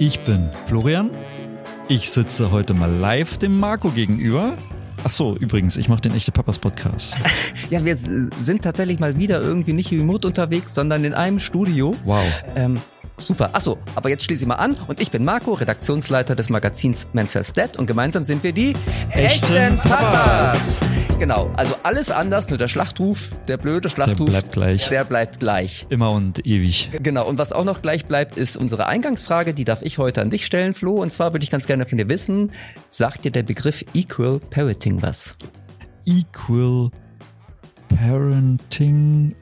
Ich bin Florian. Ich sitze heute mal live dem Marco gegenüber. Ach so, übrigens, ich mache den Echte Papas Podcast. Ja, wir sind tatsächlich mal wieder irgendwie nicht remote unterwegs, sondern in einem Studio. Wow. Super. Achso, aber jetzt schließe ich mal an. Und ich bin Marco, Redaktionsleiter des Magazins Men's Health Dead. Und gemeinsam sind wir die Echten Papas. Genau, also alles anders, nur der Schlachtruf, der blöde Schlachtruf. Der bleibt gleich. Der bleibt gleich. Immer und ewig. Genau, und was auch noch gleich bleibt, ist unsere Eingangsfrage. Die darf ich heute an dich stellen, Flo. Und zwar würde ich ganz gerne von dir wissen, sagt dir der Begriff Equal Parenting was? Equal Parenting.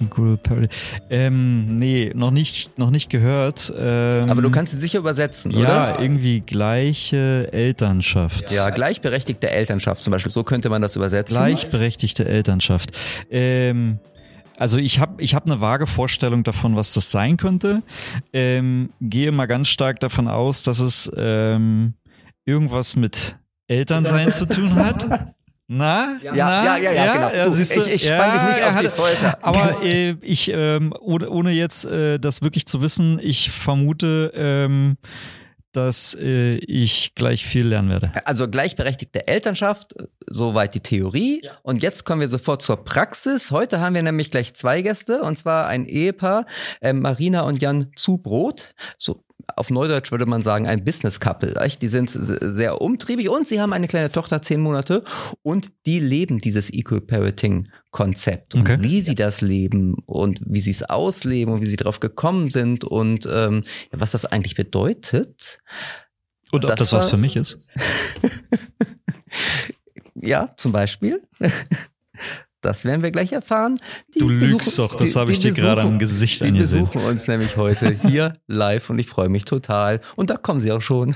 Nee, noch nicht gehört. Aber du kannst sie sicher übersetzen, oder? Ja, irgendwie gleiche Elternschaft. Ja, gleichberechtigte Elternschaft zum Beispiel. So könnte man das übersetzen. Gleichberechtigte Elternschaft. Also ich hab eine vage Vorstellung davon, was das sein könnte. Gehe mal ganz stark davon aus, dass es irgendwas mit Elternsein zu tun hat. Na? Ja, genau. Ja, du, ich spann dich nicht auf die Folter. Aber ich, ohne jetzt das wirklich zu wissen, ich vermute, dass ich gleich viel lernen werde. Also gleichberechtigte Elternschaft, soweit die Theorie. Ja. Und jetzt kommen wir sofort zur Praxis. Heute haben wir nämlich gleich zwei Gäste, und zwar ein Ehepaar, Marina und Jan Zubrot. So, auf Neudeutsch würde man sagen, ein Business-Couple. Die sind sehr umtriebig und sie haben eine kleine Tochter, 10 Monate, und die leben dieses Equal-Parenting-Konzept. Und wie sie das leben und wie sie es ausleben und wie sie darauf gekommen sind und was das eigentlich bedeutet. Und ob das was für mich ist? Ja, zum Beispiel. Das werden wir gleich erfahren. Du lügst doch, das habe ich dir gerade am Gesicht angesehen. Die besuchen uns nämlich heute hier live und ich freue mich total. Und da kommen sie auch schon.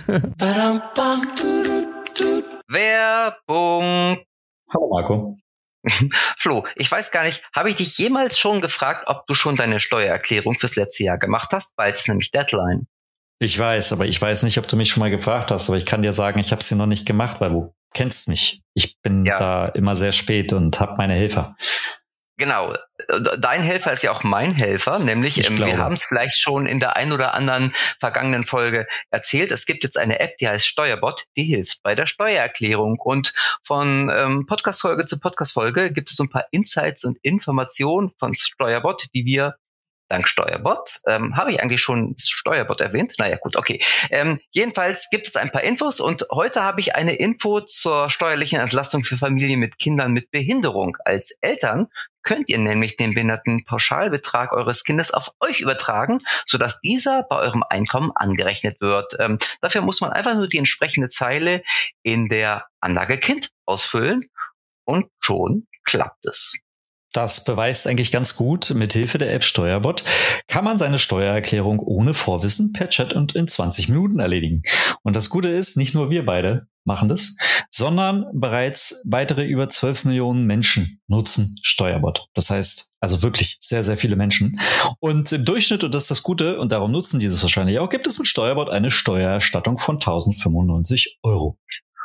Werbung. Hallo Marco. Flo, ich weiß gar nicht, habe ich dich jemals schon gefragt, ob du schon deine Steuererklärung fürs letzte Jahr gemacht hast? Bald ist nämlich Deadline. Ich weiß, aber ich weiß nicht, ob du mich schon mal gefragt hast, aber ich kann dir sagen, ich habe es dir noch nicht gemacht, weil du kennst mich. Ich bin da immer sehr spät und habe meine Helfer. Genau. Dein Helfer ist ja auch mein Helfer, nämlich wir haben es vielleicht schon in der ein oder anderen vergangenen Folge erzählt. Es gibt jetzt eine App, die heißt Steuerbot, die hilft bei der Steuererklärung. Und von Podcast-Folge zu Podcast-Folge gibt es so ein paar Insights und Informationen von Steuerbot, die wir dank Steuerbot. Habe ich eigentlich schon Steuerbot erwähnt? Naja, gut, okay. Jedenfalls gibt es ein paar Infos und heute habe ich eine Info zur steuerlichen Entlastung für Familien mit Kindern mit Behinderung. Als Eltern könnt ihr nämlich den Behindertenpauschalbetrag eures Kindes auf euch übertragen, sodass dieser bei eurem Einkommen angerechnet wird. Dafür muss man einfach nur die entsprechende Zeile in der Anlage Kind ausfüllen und schon klappt es. Das beweist eigentlich ganz gut, mit Hilfe der App Steuerbot kann man seine Steuererklärung ohne Vorwissen per Chat und in 20 Minuten erledigen. Und das Gute ist, nicht nur wir beide machen das, sondern bereits weitere über 12 Millionen Menschen nutzen Steuerbot. Das heißt also wirklich sehr, sehr viele Menschen. Und im Durchschnitt, und das ist das Gute, und darum nutzen die es wahrscheinlich auch, gibt es mit Steuerbot eine Steuererstattung von 1.095 €.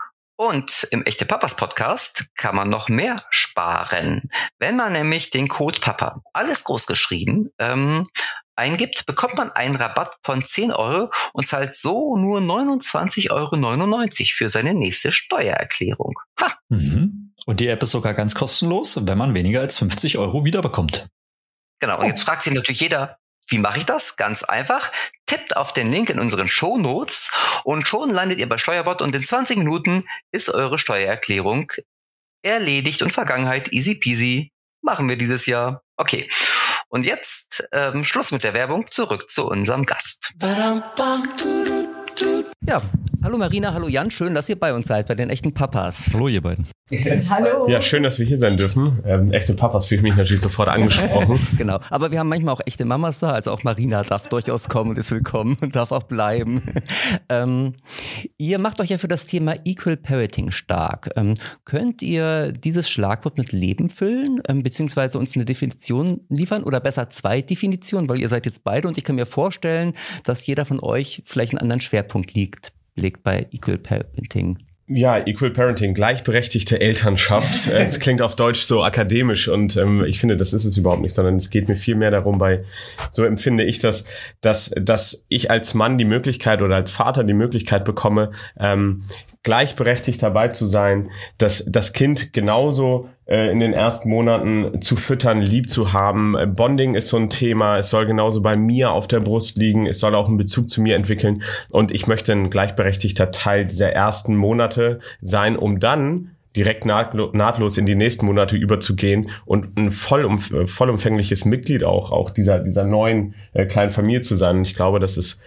Und im Echte Papas Podcast kann man noch mehr sparen. Wenn man nämlich den Code PAPA, alles groß geschrieben, eingibt, bekommt man einen Rabatt von 10 € und zahlt so nur 29,99 € für seine nächste Steuererklärung. Ha. Mhm. Und die App ist sogar ganz kostenlos, wenn man weniger als 50 € wiederbekommt. Genau, und jetzt fragt sich natürlich jeder, wie mache ich das? Ganz einfach. Tippt auf den Link in unseren Shownotes und schon landet ihr bei Steuerbot und in 20 Minuten ist eure Steuererklärung erledigt und Vergangenheit easy peasy. Machen wir dieses Jahr. Okay. Und jetzt Schluss mit der Werbung, zurück zu unserem Gast. Ja, hallo Marina, hallo Jan, schön, dass ihr bei uns seid, bei den Echten Papas. Hallo ihr beiden. Hallo. Ja, schön, dass wir hier sein dürfen. Echte Papas fühle ich mich natürlich sofort angesprochen. Genau, aber wir haben manchmal auch echte Mamas da, also auch Marina darf durchaus kommen und ist willkommen und darf auch bleiben. Ihr macht euch ja für das Thema Equal Parenting stark. Könnt ihr dieses Schlagwort mit Leben füllen, beziehungsweise uns eine Definition liefern oder besser 2 Definitionen, weil ihr seid jetzt beide und ich kann mir vorstellen, dass jeder von euch vielleicht einen anderen Schwerpunkt legt bei Equal Parenting. Ja, Equal Parenting, gleichberechtigte Elternschaft. Es klingt auf Deutsch so akademisch und ich finde, das ist es überhaupt nicht, sondern es geht mir viel mehr darum, so empfinde ich das, dass ich als Mann die Möglichkeit oder als Vater die Möglichkeit bekomme, gleichberechtigt dabei zu sein, dass das Kind genauso in den ersten Monaten zu füttern, lieb zu haben. Bonding ist so ein Thema. Es soll genauso bei mir auf der Brust liegen. Es soll auch einen Bezug zu mir entwickeln. Und ich möchte ein gleichberechtigter Teil dieser ersten Monate sein, um dann direkt nahtlos in die nächsten Monate überzugehen und ein vollumfängliches Mitglied auch dieser neuen kleinen Familie zu sein. Und ich glaube, das ist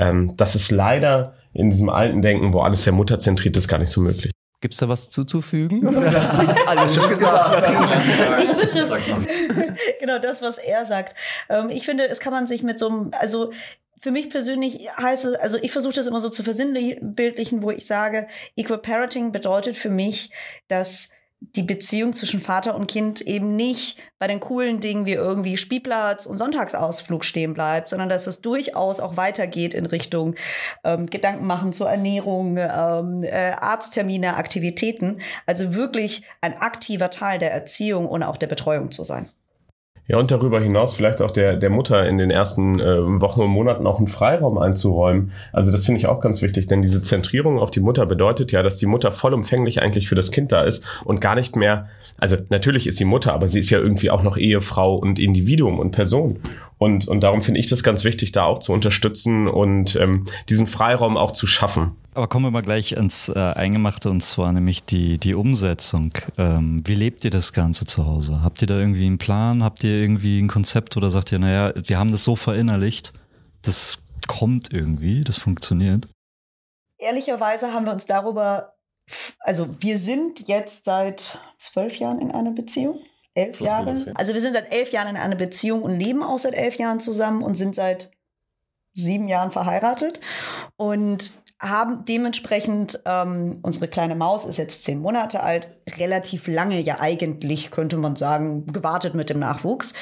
leider in diesem alten Denken, wo alles sehr mutterzentriert ist, gar nicht so möglich. Gibt's da was zuzufügen? Alles schon gesagt. Ich finde das, genau das, was er sagt. Ich finde, es kann man sich mit so einem, also für mich persönlich heißt es, also ich versuche das immer so zu versinnbildlichen, wo ich sage, Equal Parenting bedeutet für mich, dass die Beziehung zwischen Vater und Kind eben nicht bei den coolen Dingen wie irgendwie Spielplatz und Sonntagsausflug stehen bleibt, sondern dass es durchaus auch weitergeht in Richtung Gedanken machen zur Ernährung, Arzttermine, Aktivitäten. Also wirklich ein aktiver Teil der Erziehung und auch der Betreuung zu sein. Ja, und darüber hinaus vielleicht auch der Mutter in den ersten Wochen und Monaten auch einen Freiraum einzuräumen. Also das finde ich auch ganz wichtig, denn diese Zentrierung auf die Mutter bedeutet ja, dass die Mutter vollumfänglich eigentlich für das Kind da ist und gar nicht mehr, also natürlich ist sie Mutter, aber sie ist ja irgendwie auch noch Ehefrau und Individuum und Person. Und darum finde ich das ganz wichtig, da auch zu unterstützen und diesen Freiraum auch zu schaffen. Aber kommen wir mal gleich ins Eingemachte, und zwar nämlich die Umsetzung. Wie lebt ihr das Ganze zu Hause? Habt ihr da irgendwie einen Plan? Habt ihr irgendwie ein Konzept oder sagt ihr, naja, wir haben das so verinnerlicht, das kommt irgendwie, das funktioniert? Ehrlicherweise haben wir uns darüber, also wir sind jetzt seit 12 Jahren in einer Beziehung. 11 Jahre. Also wir sind seit 11 Jahren in einer Beziehung und leben auch seit 11 Jahren zusammen und sind seit 7 Jahren verheiratet und haben dementsprechend, unsere kleine Maus ist jetzt 10 Monate alt, relativ lange ja eigentlich, könnte man sagen, gewartet mit dem Nachwuchs,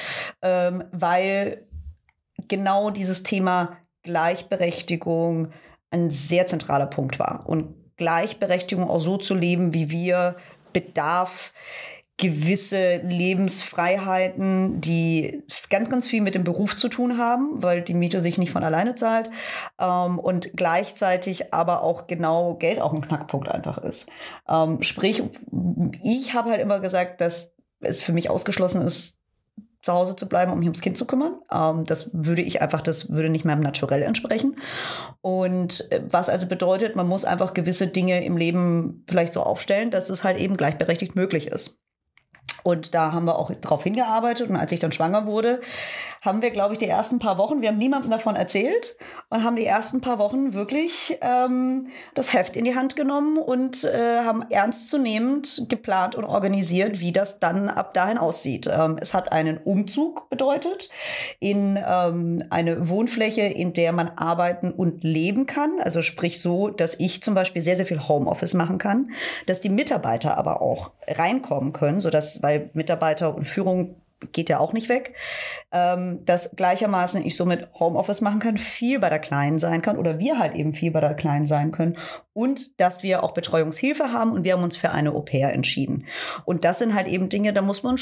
weil genau dieses Thema Gleichberechtigung ein sehr zentraler Punkt war. Und Gleichberechtigung auch so zu leben, wie wir, bedarf gewisse Lebensfreiheiten, die ganz, ganz viel mit dem Beruf zu tun haben, weil die Miete sich nicht von alleine zahlt, und gleichzeitig aber auch genau Geld auch ein Knackpunkt einfach ist. Sprich, ich habe halt immer gesagt, dass es für mich ausgeschlossen ist, zu Hause zu bleiben, um mich ums Kind zu kümmern. Das würde nicht meinem Naturell entsprechen. Und was also bedeutet, man muss einfach gewisse Dinge im Leben vielleicht so aufstellen, dass es halt eben gleichberechtigt möglich ist. Und da haben wir auch drauf hingearbeitet. Und als ich dann schwanger wurde, haben wir, glaube ich, die ersten paar Wochen, wir haben niemandem davon erzählt und haben die ersten paar Wochen wirklich das Heft in die Hand genommen und haben ernstzunehmend geplant und organisiert, wie das dann ab dahin aussieht. Es hat einen Umzug bedeutet in eine Wohnfläche, in der man arbeiten und leben kann. Also sprich so, dass ich zum Beispiel sehr, sehr viel Homeoffice machen kann, dass die Mitarbeiter aber auch reinkommen können, sodass, weil Mitarbeiter und Führung geht ja auch nicht weg, dass gleichermaßen ich somit Homeoffice machen kann, viel bei der Kleinen sein kann oder wir halt eben viel bei der Kleinen sein können und dass wir auch Betreuungshilfe haben und wir haben uns für eine Au-pair entschieden. Und das sind halt eben Dinge, da muss man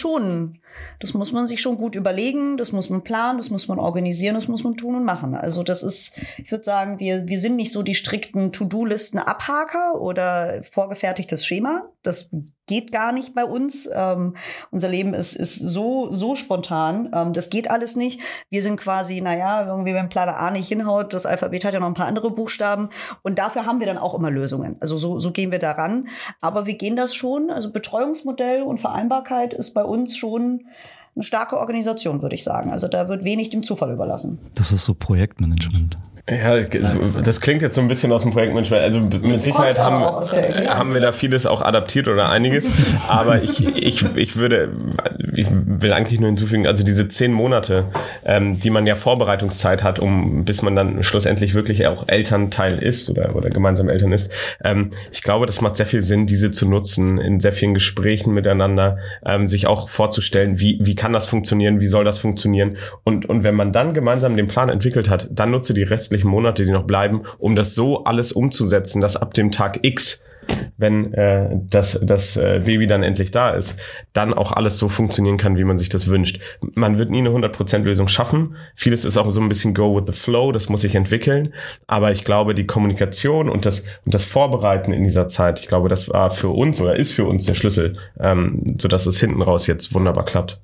sich schon gut überlegen, das muss man planen, das muss man organisieren, das muss man tun und machen. Also das ist, ich würde sagen, wir sind nicht so die strikten To-Do-Listen-Abhaker oder vorgefertigtes Schema. Das geht gar nicht bei uns. Unser Leben ist so spontan. Das geht alles nicht. Wir sind quasi, irgendwie wenn Planer A nicht hinhaut, das Alphabet hat ja noch ein paar andere Buchstaben. Und dafür haben wir dann auch immer Lösungen. Also so gehen wir daran. Aber wir gehen das schon. Also Betreuungsmodell und Vereinbarkeit ist bei uns schon eine starke Organisation, würde ich sagen. Also da wird wenig dem Zufall überlassen. Das ist so Projektmanagement. Ja, das klingt jetzt so ein bisschen aus dem Projektmanagement. Also mit Sicherheit haben wir da vieles auch adaptiert oder einiges. Aber ich will eigentlich nur hinzufügen, also diese 10 Monate, die man ja Vorbereitungszeit hat, bis man dann schlussendlich wirklich auch Elternteil ist oder gemeinsam Eltern ist. Ich glaube, das macht sehr viel Sinn, diese zu nutzen, in sehr vielen Gesprächen miteinander, sich auch vorzustellen, wie kann das funktionieren, wie soll das funktionieren. Und wenn man dann gemeinsam den Plan entwickelt hat, dann nutze die restlichen Monate, die noch bleiben, um das so alles umzusetzen, dass ab dem Tag X wenn das Baby dann endlich da ist, dann auch alles so funktionieren kann, wie man sich das wünscht. Man wird nie eine 100% Lösung schaffen. Vieles ist auch so ein bisschen go with the flow, das muss sich entwickeln. Aber ich glaube, die Kommunikation und das Vorbereiten in dieser Zeit, ich glaube, das war für uns oder ist für uns der Schlüssel, sodass es hinten raus jetzt wunderbar klappt.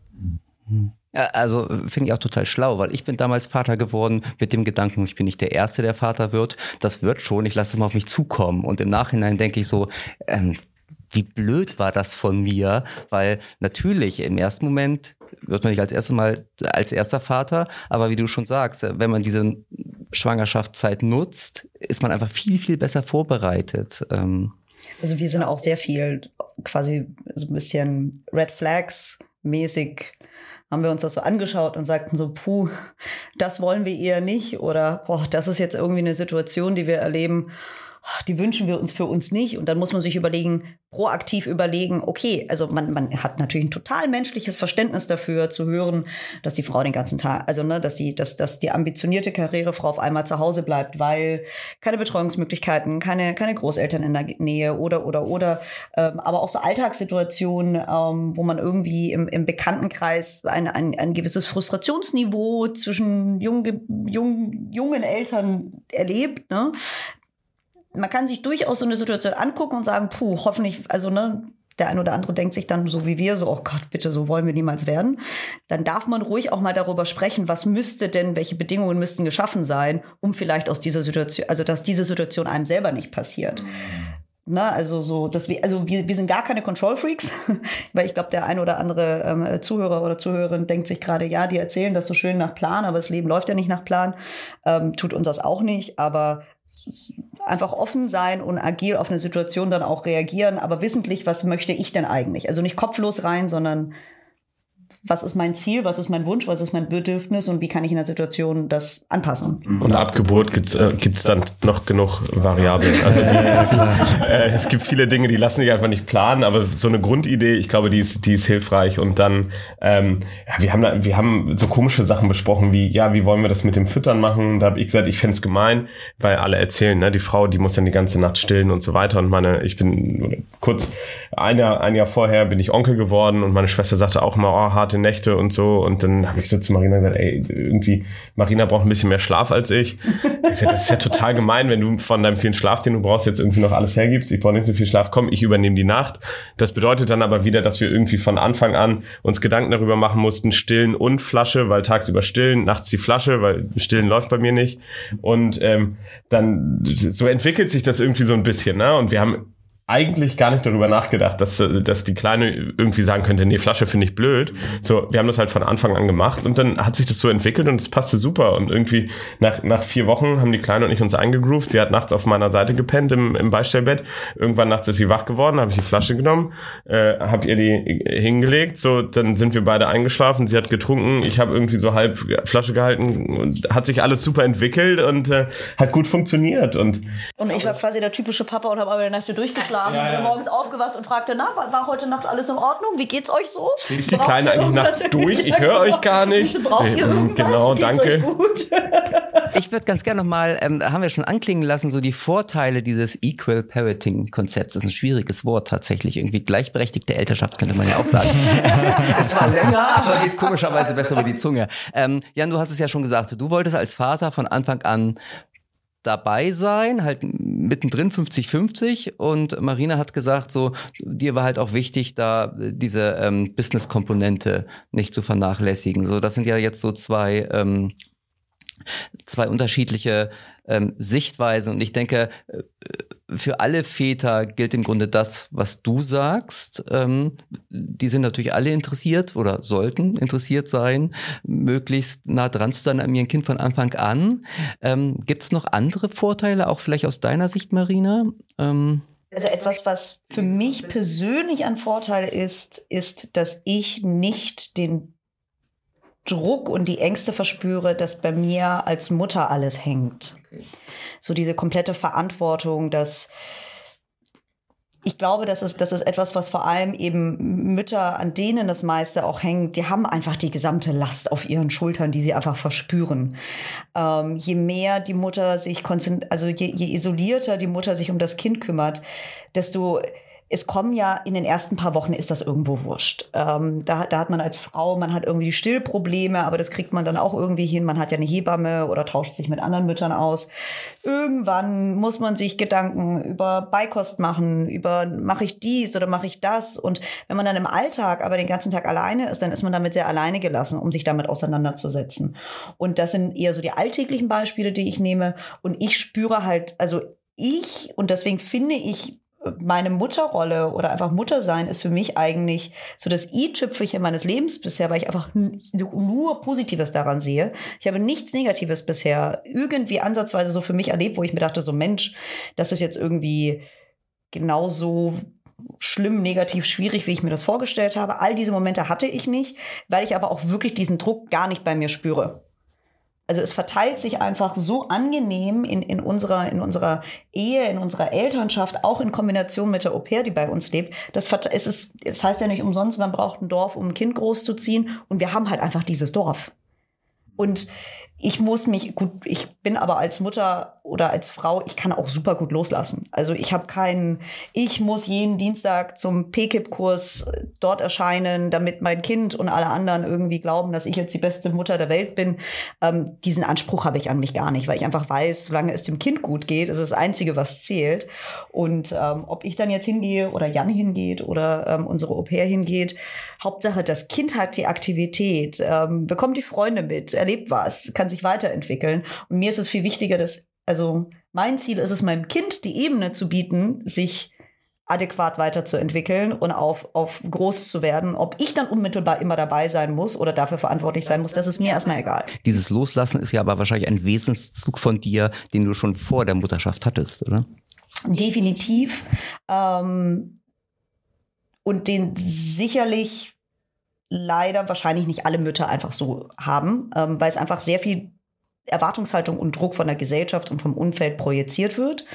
Ja, also finde ich auch total schlau, weil ich bin damals Vater geworden mit dem Gedanken, ich bin nicht der Erste, der Vater wird. Das wird schon, ich lasse es mal auf mich zukommen. Und im Nachhinein denke ich so, wie blöd war das von mir? Weil natürlich im ersten Moment wird man nicht als erster Vater, aber wie du schon sagst, wenn man diese Schwangerschaftszeit nutzt, ist man einfach viel, viel besser vorbereitet. Also wir sind auch sehr viel quasi so ein bisschen Red Flags mäßig, haben wir uns das so angeschaut und sagten so, puh, das wollen wir eher nicht oder boah, das ist jetzt irgendwie eine Situation, die wir erleben, die wünschen wir uns für uns nicht. Und dann muss man sich proaktiv überlegen, okay, also man hat natürlich ein total menschliches Verständnis dafür zu hören, dass die Frau den ganzen Tag, also dass die ambitionierte Karrierefrau auf einmal zu Hause bleibt, weil keine Betreuungsmöglichkeiten, keine Großeltern in der Nähe oder, aber auch so Alltagssituationen, wo man irgendwie im Bekanntenkreis ein gewisses Frustrationsniveau zwischen jungen Eltern erlebt, ne? Man kann sich durchaus so eine Situation angucken und sagen, puh, hoffentlich, also der ein oder andere denkt sich dann so wie wir, so, oh Gott, bitte, so wollen wir niemals werden. Dann darf man ruhig auch mal darüber sprechen, welche Bedingungen müssten geschaffen sein, um vielleicht aus dieser Situation, also dass diese Situation einem selber nicht passiert. Na, also so, wir sind gar keine Control Freaks, weil ich glaube, der ein oder andere Zuhörer oder Zuhörerin denkt sich gerade, ja, die erzählen das so schön nach Plan, aber das Leben läuft ja nicht nach Plan, tut uns das auch nicht, aber einfach offen sein und agil auf eine Situation dann auch reagieren, aber wissentlich, was möchte ich denn eigentlich? Also nicht kopflos rein, sondern was ist mein Ziel, was ist mein Wunsch, was ist mein Bedürfnis und wie kann ich in der Situation das anpassen? Und ab Geburt gibt's dann noch genug Variablen. Also es gibt viele Dinge, die lassen sich einfach nicht planen, aber so eine Grundidee, ich glaube, die ist hilfreich. Und dann, wir haben so komische Sachen besprochen, wie wollen wir das mit dem Füttern machen? Da habe ich gesagt, ich fänd's gemein, weil alle erzählen, ne, die Frau, die muss dann die ganze Nacht stillen und so weiter. Und ich bin kurz ein Jahr vorher bin ich Onkel geworden und meine Schwester sagte auch immer, oh, harte Nächte und so. Und dann habe ich so zu Marina gesagt, irgendwie, Marina braucht ein bisschen mehr Schlaf als ich. Ich gesagt, das ist ja total gemein, wenn du von deinem vielen Schlaf, den du brauchst, jetzt irgendwie noch alles hergibst. Ich brauche nicht so viel Schlaf, komm, ich übernehme die Nacht. Das bedeutet dann aber wieder, dass wir irgendwie von Anfang an uns Gedanken darüber machen mussten, stillen und Flasche, weil tagsüber stillen, nachts die Flasche, weil stillen läuft bei mir nicht. Und dann so entwickelt sich das irgendwie so ein bisschen, ne? Und wir haben eigentlich gar nicht darüber nachgedacht, dass die Kleine irgendwie sagen könnte, nee, Flasche finde ich blöd. So, wir haben das halt von Anfang an gemacht und dann hat sich das so entwickelt und es passte super und irgendwie nach 4 Wochen haben die Kleine und ich uns eingegroovt. Sie hat nachts auf meiner Seite gepennt im Beistellbett. Irgendwann nachts ist sie wach geworden, habe ich die Flasche genommen, habe ihr die hingelegt, so, dann sind wir beide eingeschlafen, sie hat getrunken, ich habe irgendwie so halb Flasche gehalten und hat sich alles super entwickelt und hat gut funktioniert. Und ich war quasi der typische Papa und habe aber in der Nacht durchgeschlafen. Ja. Morgens aufgewacht und fragte, war heute Nacht alles in Ordnung? Wie geht's euch so? Schläft die Kleine eigentlich nachts durch? Ich höre euch gar nicht. Braucht ihr irgendwas? Genau, danke. Geht's euch gut? Ich würde ganz gerne nochmal, haben wir schon anklingen lassen, so die Vorteile dieses Equal Parenting-Konzepts. Das ist ein schwieriges Wort tatsächlich. Irgendwie gleichberechtigte Elternschaft könnte man ja auch sagen. Es war länger, aber geht komischerweise besser über die Zunge. Jan, du hast es ja schon gesagt, du wolltest als Vater von Anfang an dabei sein, halt mittendrin 50-50 und Marina hat gesagt, so, dir war halt auch wichtig, da diese Business-Komponente nicht zu vernachlässigen. So, das sind ja jetzt so zwei unterschiedliche Sichtweisen und ich denke, für alle Väter gilt im Grunde das, was du sagst. Die sind natürlich alle interessiert oder sollten interessiert sein, möglichst nah dran zu sein an ihrem Kind von Anfang an. Gibt es noch andere Vorteile, auch vielleicht aus deiner Sicht, Marina? Also etwas, was für mich persönlich ein Vorteil ist, dass ich nicht den Druck und die Ängste verspüre, dass bei mir als Mutter alles hängt. Okay. So diese komplette Verantwortung, dass ich glaube, das ist etwas, was vor allem eben Mütter, an denen das meiste auch hängt, die haben einfach die gesamte Last auf ihren Schultern, die sie einfach verspüren. Je mehr die Mutter sich je isolierter die Mutter sich um das Kind kümmert, desto es kommen ja in den ersten paar Wochen ist das irgendwo wurscht. Da hat man als Frau, man hat irgendwie Stillprobleme, aber das kriegt man dann auch irgendwie hin. Man hat ja eine Hebamme oder tauscht sich mit anderen Müttern aus. Irgendwann muss man sich Gedanken über Beikost machen, über mache ich dies oder mache ich das. Und wenn man dann im Alltag aber den ganzen Tag alleine ist, dann ist man damit sehr alleine gelassen, um sich damit auseinanderzusetzen. Und das sind eher so die alltäglichen Beispiele, die ich nehme. Und ich spüre halt, und deswegen finde ich, meine Mutterrolle oder einfach Muttersein ist für mich eigentlich so das i-Tüpfelchen meines Lebens bisher, weil ich einfach nur Positives daran sehe. Ich habe nichts Negatives bisher irgendwie ansatzweise so für mich erlebt, wo ich mir dachte, so Mensch, das ist jetzt irgendwie genauso schlimm, negativ, schwierig, wie ich mir das vorgestellt habe. All diese Momente hatte ich nicht, weil ich aber auch wirklich diesen Druck gar nicht bei mir spüre. Also es verteilt sich einfach so angenehm in unserer Ehe, in unserer Elternschaft, auch in Kombination mit der Au-pair, die bei uns lebt. Es heißt ja nicht umsonst, man braucht ein Dorf, um ein Kind großzuziehen. Und wir haben halt einfach dieses Dorf. Und ich bin aber als Mutter oder als Frau, ich kann auch super gut loslassen. Also ich muss jeden Dienstag zum PKIP-Kurs dort erscheinen, damit mein Kind und alle anderen irgendwie glauben, dass ich jetzt die beste Mutter der Welt bin. Diesen Anspruch habe ich an mich gar nicht, weil ich einfach weiß, solange es dem Kind gut geht, ist das Einzige, was zählt. Und ob ich dann jetzt hingehe oder Jan hingeht oder unsere Au-pair hingeht, Hauptsache, das Kind hat die Aktivität, bekommt die Freunde mit, erlebt was, kann sich weiterentwickeln. Und mir ist es viel wichtiger, mein Ziel ist es, meinem Kind die Ebene zu bieten, sich adäquat weiterzuentwickeln und auf groß zu werden. Ob ich dann unmittelbar immer dabei sein muss oder dafür verantwortlich sein muss, das ist mir erstmal egal. Dieses Loslassen ist ja aber wahrscheinlich ein Wesenszug von dir, den du schon vor der Mutterschaft hattest, oder? Definitiv. Und den sicherlich leider wahrscheinlich nicht alle Mütter einfach so haben, weil es einfach sehr viel Erwartungshaltung und Druck von der Gesellschaft und vom Umfeld projiziert wird.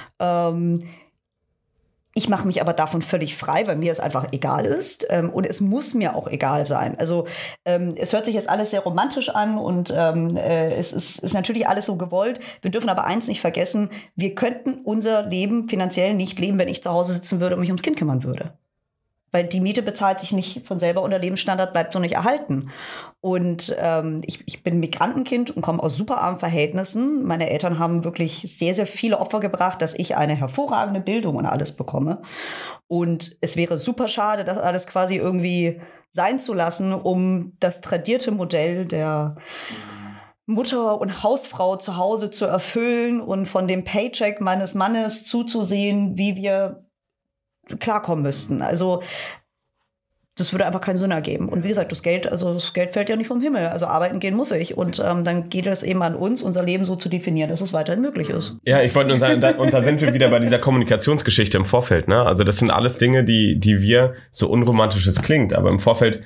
Ich mache mich aber davon völlig frei, weil mir es einfach egal ist. Und es muss mir auch egal sein. Also es hört sich jetzt alles sehr romantisch an und es ist natürlich alles so gewollt. Wir dürfen aber eins nicht vergessen, wir könnten unser Leben finanziell nicht leben, wenn ich zu Hause sitzen würde und mich ums Kind kümmern würde. Weil die Miete bezahlt sich nicht von selber und der Lebensstandard bleibt so nicht erhalten. Und ich bin Migrantenkind und komme aus super armen Verhältnissen. Meine Eltern haben wirklich sehr, sehr viele Opfer gebracht, dass ich eine hervorragende Bildung und alles bekomme. Und es wäre super schade, das alles quasi irgendwie sein zu lassen, um das tradierte Modell der Mutter und Hausfrau zu Hause zu erfüllen und von dem Paycheck meines Mannes zuzusehen, wie wir klarkommen müssten. Also das würde einfach keinen Sinn ergeben. Und wie gesagt, das Geld fällt ja nicht vom Himmel. Also arbeiten gehen muss ich. Und dann geht es eben an uns, unser Leben so zu definieren, dass es weiterhin möglich ist. Ja, ich wollte nur sagen, und da sind wir wieder bei dieser Kommunikationsgeschichte im Vorfeld. Ne? Also das sind alles Dinge, die wir, so unromantisch es klingt, aber im Vorfeld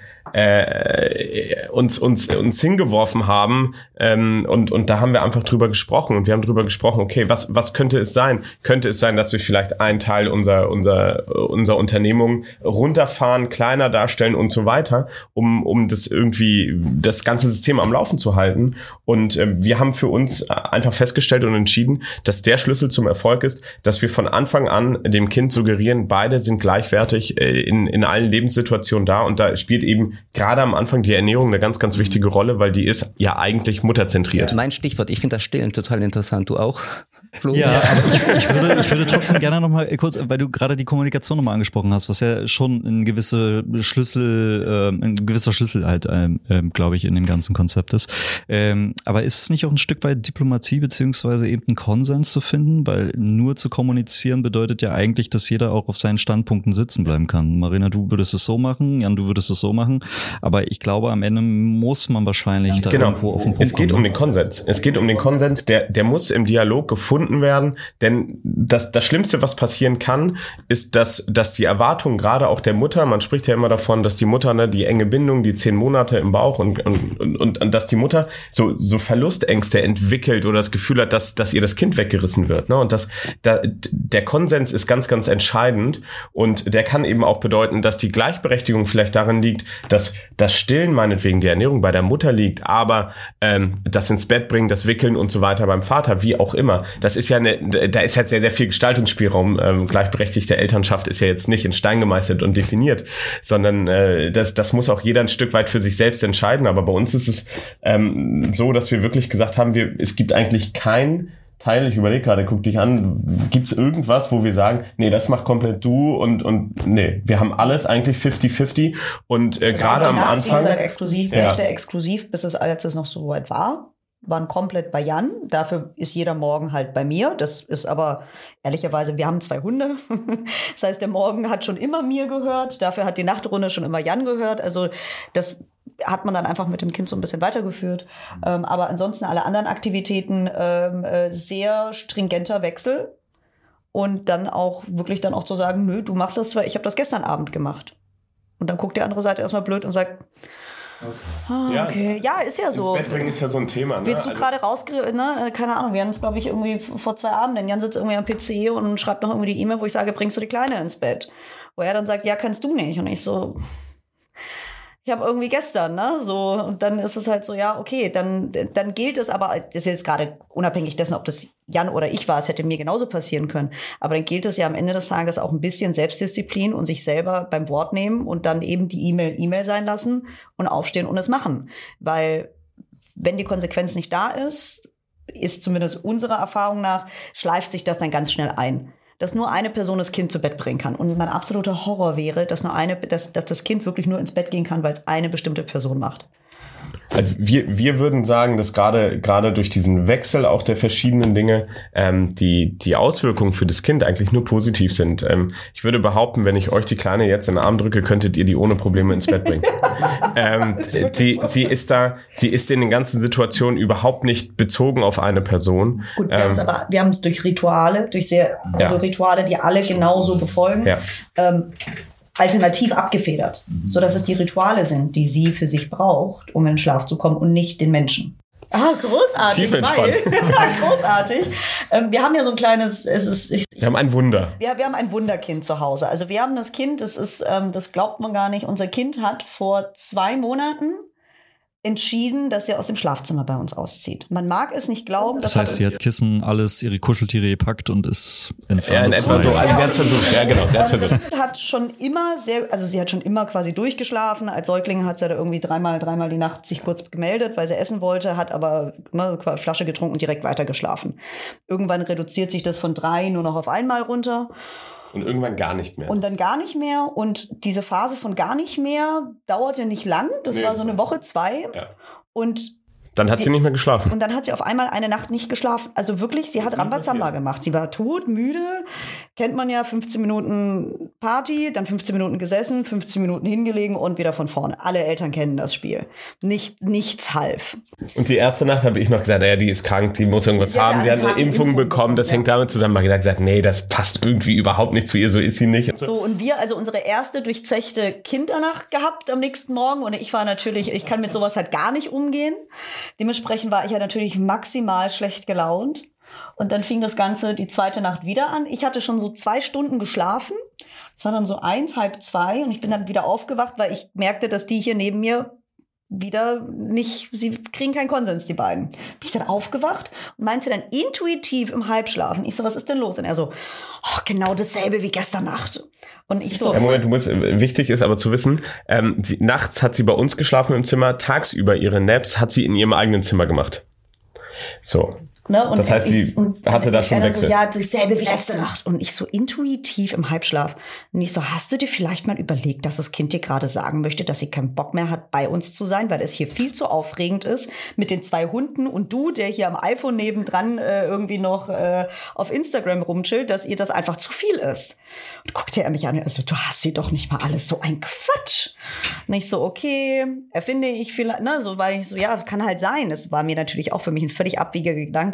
uns hingeworfen haben. Und da haben wir einfach drüber gesprochen. Und wir haben drüber gesprochen, okay, was könnte es sein? Könnte es sein, dass wir vielleicht einen Teil unserer Unternehmung runterfahren, kleiner darstellen und so weiter, um das ganze System am Laufen zu halten. Und wir haben für uns einfach festgestellt und entschieden, dass der Schlüssel zum Erfolg ist, dass wir von Anfang an dem Kind suggerieren, beide sind gleichwertig in allen Lebenssituationen da. Und da spielt eben gerade am Anfang die Ernährung eine ganz, ganz wichtige Rolle, weil die ist ja eigentlich mutterzentriert. Mein Stichwort, ich finde das Stillen total interessant. Du auch, Flo? Ja, aber ich würde trotzdem gerne noch mal kurz, weil du gerade die Kommunikation nochmal angesprochen hast, was ja schon ein gewisser Schlüssel halt, glaube ich, in dem ganzen Konzept ist. Aber ist es nicht auch ein Stück weit Diplomatie beziehungsweise eben einen Konsens zu finden? Weil nur zu kommunizieren bedeutet ja eigentlich, dass jeder auch auf seinen Standpunkten sitzen bleiben kann. Marina, du würdest es so machen, Jan, du würdest es so machen. Aber ich glaube, am Ende muss man wahrscheinlich da irgendwo auf den Punkt kommen. Es geht um den Konsens. Es geht um den Konsens, der muss im Dialog gefunden überwunden werden, denn das Schlimmste, was passieren kann, ist, dass die Erwartung gerade auch der Mutter, man spricht ja immer davon, dass die Mutter, ne, die enge Bindung, die 10 Monate im Bauch und dass die Mutter so Verlustängste entwickelt oder das Gefühl hat, dass ihr das Kind weggerissen wird, ne, und der Konsens ist ganz, ganz entscheidend und der kann eben auch bedeuten, dass die Gleichberechtigung vielleicht darin liegt, dass das Stillen meinetwegen die Ernährung bei der Mutter liegt, aber das ins Bett bringen, das Wickeln und so weiter beim Vater, wie auch immer. Das ist ja da ist halt sehr, sehr viel Gestaltungsspielraum. Gleichberechtigte Elternschaft ist ja jetzt nicht in Stein gemeißelt und definiert, sondern das muss auch jeder ein Stück weit für sich selbst entscheiden. Aber bei uns ist es so, dass wir wirklich gesagt haben, es gibt eigentlich kein Teil, ich überlege gerade, guck dich an, gibt's irgendwas, wo wir sagen, nee, das macht komplett du und nee, wir haben alles eigentlich 50-50 und gerade am Anfang exklusiv, bis es noch so weit war, waren komplett bei Jan. Dafür ist jeder Morgen halt bei mir. Das ist aber ehrlicherweise, wir haben 2 Hunde. Das heißt, der Morgen hat schon immer mir gehört. Dafür hat die Nachtrunde schon immer Jan gehört. Also das hat man dann einfach mit dem Kind so ein bisschen weitergeführt. Aber ansonsten alle anderen Aktivitäten sehr stringenter Wechsel. Und dann auch wirklich dann auch zu sagen, nö, du machst das, weil ich habe das gestern Abend gemacht. Und dann guckt die andere Seite erstmal blöd und sagt, okay. Ja, ist ja so. Ins Bett bringen ist ja so ein Thema. Ne? Willst du gerade keine Ahnung, wir haben es, glaube ich, irgendwie vor 2 Abenden. Jan sitzt irgendwie am PC und schreibt noch irgendwie die E-Mail, wo ich sage, bringst du die Kleine ins Bett? Wo er dann sagt, ja, kannst du nicht. Und ich so, ich habe irgendwie gestern, ne, so, und dann ist es halt so, ja, okay, dann gilt es, aber das ist jetzt gerade unabhängig dessen, ob das Jan oder ich war, es hätte mir genauso passieren können, aber dann gilt es ja am Ende des Tages auch ein bisschen Selbstdisziplin und sich selber beim Wort nehmen und dann eben die E-Mail sein lassen und aufstehen und es machen, weil wenn die Konsequenz nicht da ist zumindest unserer Erfahrung nach, schleift sich das dann ganz schnell ein. Dass nur eine Person das Kind zu Bett bringen kann. Und mein absoluter Horror wäre, dass das Kind wirklich nur ins Bett gehen kann, weil es eine bestimmte Person macht. Also wir würden sagen, dass gerade durch diesen Wechsel auch der verschiedenen Dinge die Auswirkungen für das Kind eigentlich nur positiv sind. Ich würde behaupten, wenn ich euch die Kleine jetzt in den Arm drücke, könntet ihr die ohne Probleme ins Bett bringen. Sie ist in den ganzen Situationen überhaupt nicht bezogen auf eine Person. Gut, wir haben es durch Rituale, also Rituale, die alle genauso befolgen. Ja. Alternativ abgefedert, so dass es die Rituale sind, die sie für sich braucht, um in den Schlaf zu kommen und nicht den Menschen. Ah, großartig. Großartig. Wir haben ja so ein kleines, wir haben ein Wunder. Wir haben ein Wunderkind zu Hause. Also wir haben das Kind, das glaubt man gar nicht. Unser Kind hat vor 2 Monaten entschieden, dass er aus dem Schlafzimmer bei uns auszieht. Man mag es nicht glauben. Das heißt, sie hat Kissen, alles, ihre Kuscheltiere gepackt und ist ins in etwa so. Sie hat schon immer quasi durchgeschlafen. Als Säugling hat sie da irgendwie dreimal die Nacht sich kurz gemeldet, weil sie essen wollte, hat aber Flasche getrunken und direkt weiter geschlafen. Irgendwann reduziert sich das von 3 nur noch auf einmal runter. Und irgendwann gar nicht mehr. Und dann gar nicht mehr. Und diese Phase von gar nicht mehr dauerte nicht lang. Das war so eine Woche, 2. Ja. Und dann hat sie nicht mehr geschlafen. Und dann hat sie auf einmal eine Nacht nicht geschlafen. Also wirklich, sie hat Rambazamba gemacht. Sie war tot, müde. Kennt man ja, 15 Minuten Party, dann 15 Minuten gesessen, 15 Minuten hingelegen und wieder von vorne. Alle Eltern kennen das Spiel. Nichts half. Und die erste Nacht habe ich noch gesagt, naja, die ist krank, die muss irgendwas haben. Sie hat eine Impfung bekommen, das hängt damit zusammen. Ich habe gesagt, nee, das passt irgendwie überhaupt nicht zu ihr, so ist sie nicht. So, und wir, also unsere erste durchzechte Kindernacht gehabt am nächsten Morgen. Und ich kann mit sowas halt gar nicht umgehen. Dementsprechend war ich ja natürlich maximal schlecht gelaunt. Und dann fing das Ganze die 2. Nacht wieder an. Ich hatte schon so 2 Stunden geschlafen. Es war dann so 1, halb 2. Und ich bin dann wieder aufgewacht, weil ich merkte, dass die hier neben mir wieder nicht, sie kriegen keinen Konsens, die beiden. Bin ich dann aufgewacht und meinte dann intuitiv im Halbschlafen. Ich so, was ist denn los? Und er so, genau dasselbe wie gestern Nacht. Und ich so. Ja, Moment, wichtig ist aber zu wissen, nachts hat sie bei uns geschlafen im Zimmer, tagsüber ihre Naps hat sie in ihrem eigenen Zimmer gemacht. So. Ne? Und das heißt, sie hatte da schon Wechsel. So, ja, dasselbe wie letzte Nacht. Und ich so intuitiv im Halbschlaf. Und ich so, hast du dir vielleicht mal überlegt, dass das Kind dir gerade sagen möchte, dass sie keinen Bock mehr hat, bei uns zu sein, weil es hier viel zu aufregend ist mit den 2 Hunden und du, der hier am iPhone nebendran irgendwie noch auf Instagram rumchillt, dass ihr das einfach zu viel ist. Und guckte er mich an, also du hast sie doch nicht mal alles, so ein Quatsch. Und ich so, okay, erfinde ich vielleicht, ne, so, weil ich so, ja, kann halt sein. Es war mir natürlich auch für mich ein völlig abwegiger Gedanke.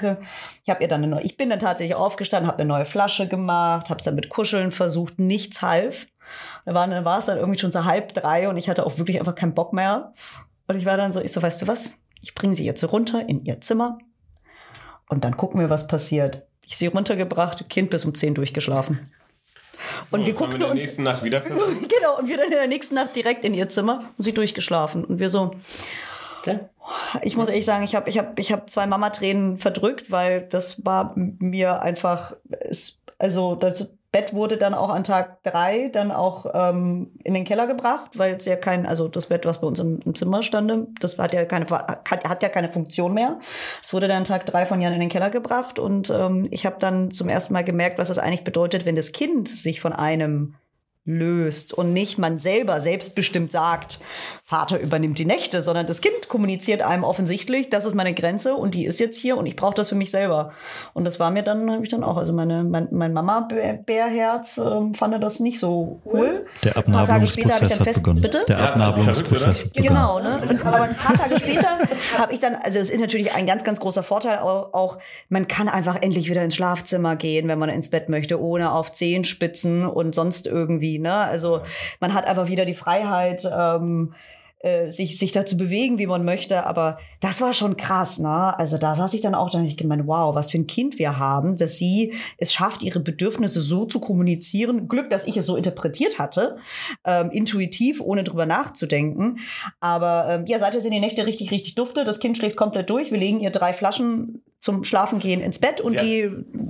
Gedanke. Ich bin dann tatsächlich aufgestanden, habe eine neue Flasche gemacht, habe es dann mit Kuscheln versucht, nichts half. Dann war es dann irgendwie schon so 2:30 und ich hatte auch wirklich einfach keinen Bock mehr. Und ich war dann so, weißt du was? Ich bringe sie jetzt runter in ihr Zimmer und dann gucken wir, was passiert. Ich sie runtergebracht, Kind bis um 10 durchgeschlafen. Und wir guckten uns in der nächsten Nacht wieder versucht. Genau, und wir dann in der nächsten Nacht direkt in ihr Zimmer und sie durchgeschlafen. Und wir so, okay. Ich muss ehrlich sagen, ich hab 2 Mamatränen verdrückt, weil das war mir einfach, das Bett wurde dann auch an Tag 3 dann auch in den Keller gebracht, weil es ja das Bett, was bei uns im Zimmer stand, das hat ja keine Funktion mehr. Es wurde dann an Tag 3 von Jan in den Keller gebracht und ich habe dann zum ersten Mal gemerkt, was das eigentlich bedeutet, wenn das Kind sich von einem löst und nicht man selber selbstbestimmt sagt, Vater übernimmt die Nächte, sondern das Kind kommuniziert einem offensichtlich, das ist meine Grenze und die ist jetzt hier und ich brauche das für mich selber. Und das war mir dann, habe ich dann auch, also mein Mama-Bärherz fand das nicht so cool. Der Abnabelungsprozess hat begonnen. Bitte? Der Abnabelungsprozess hat begonnen. Genau, ne? Aber ein paar Tage später habe ich dann, also es ist natürlich ein ganz, ganz großer Vorteil auch, man kann einfach endlich wieder ins Schlafzimmer gehen, wenn man ins Bett möchte, ohne auf Zehenspitzen und sonst irgendwie. Ne? Also man hat einfach wieder die Freiheit, sich dazu bewegen, wie man möchte. Aber das war schon krass, ne? Also da saß ich dann auch, ich gemeint, wow, was für ein Kind wir haben, dass sie es schafft, ihre Bedürfnisse so zu kommunizieren. Glück, dass ich es so interpretiert hatte, intuitiv, ohne drüber nachzudenken. Aber seitdem sind die Nächte richtig, richtig dufte. Das Kind schläft komplett durch. Wir legen ihr 3 Flaschen zum Schlafengehen ins Bett und sie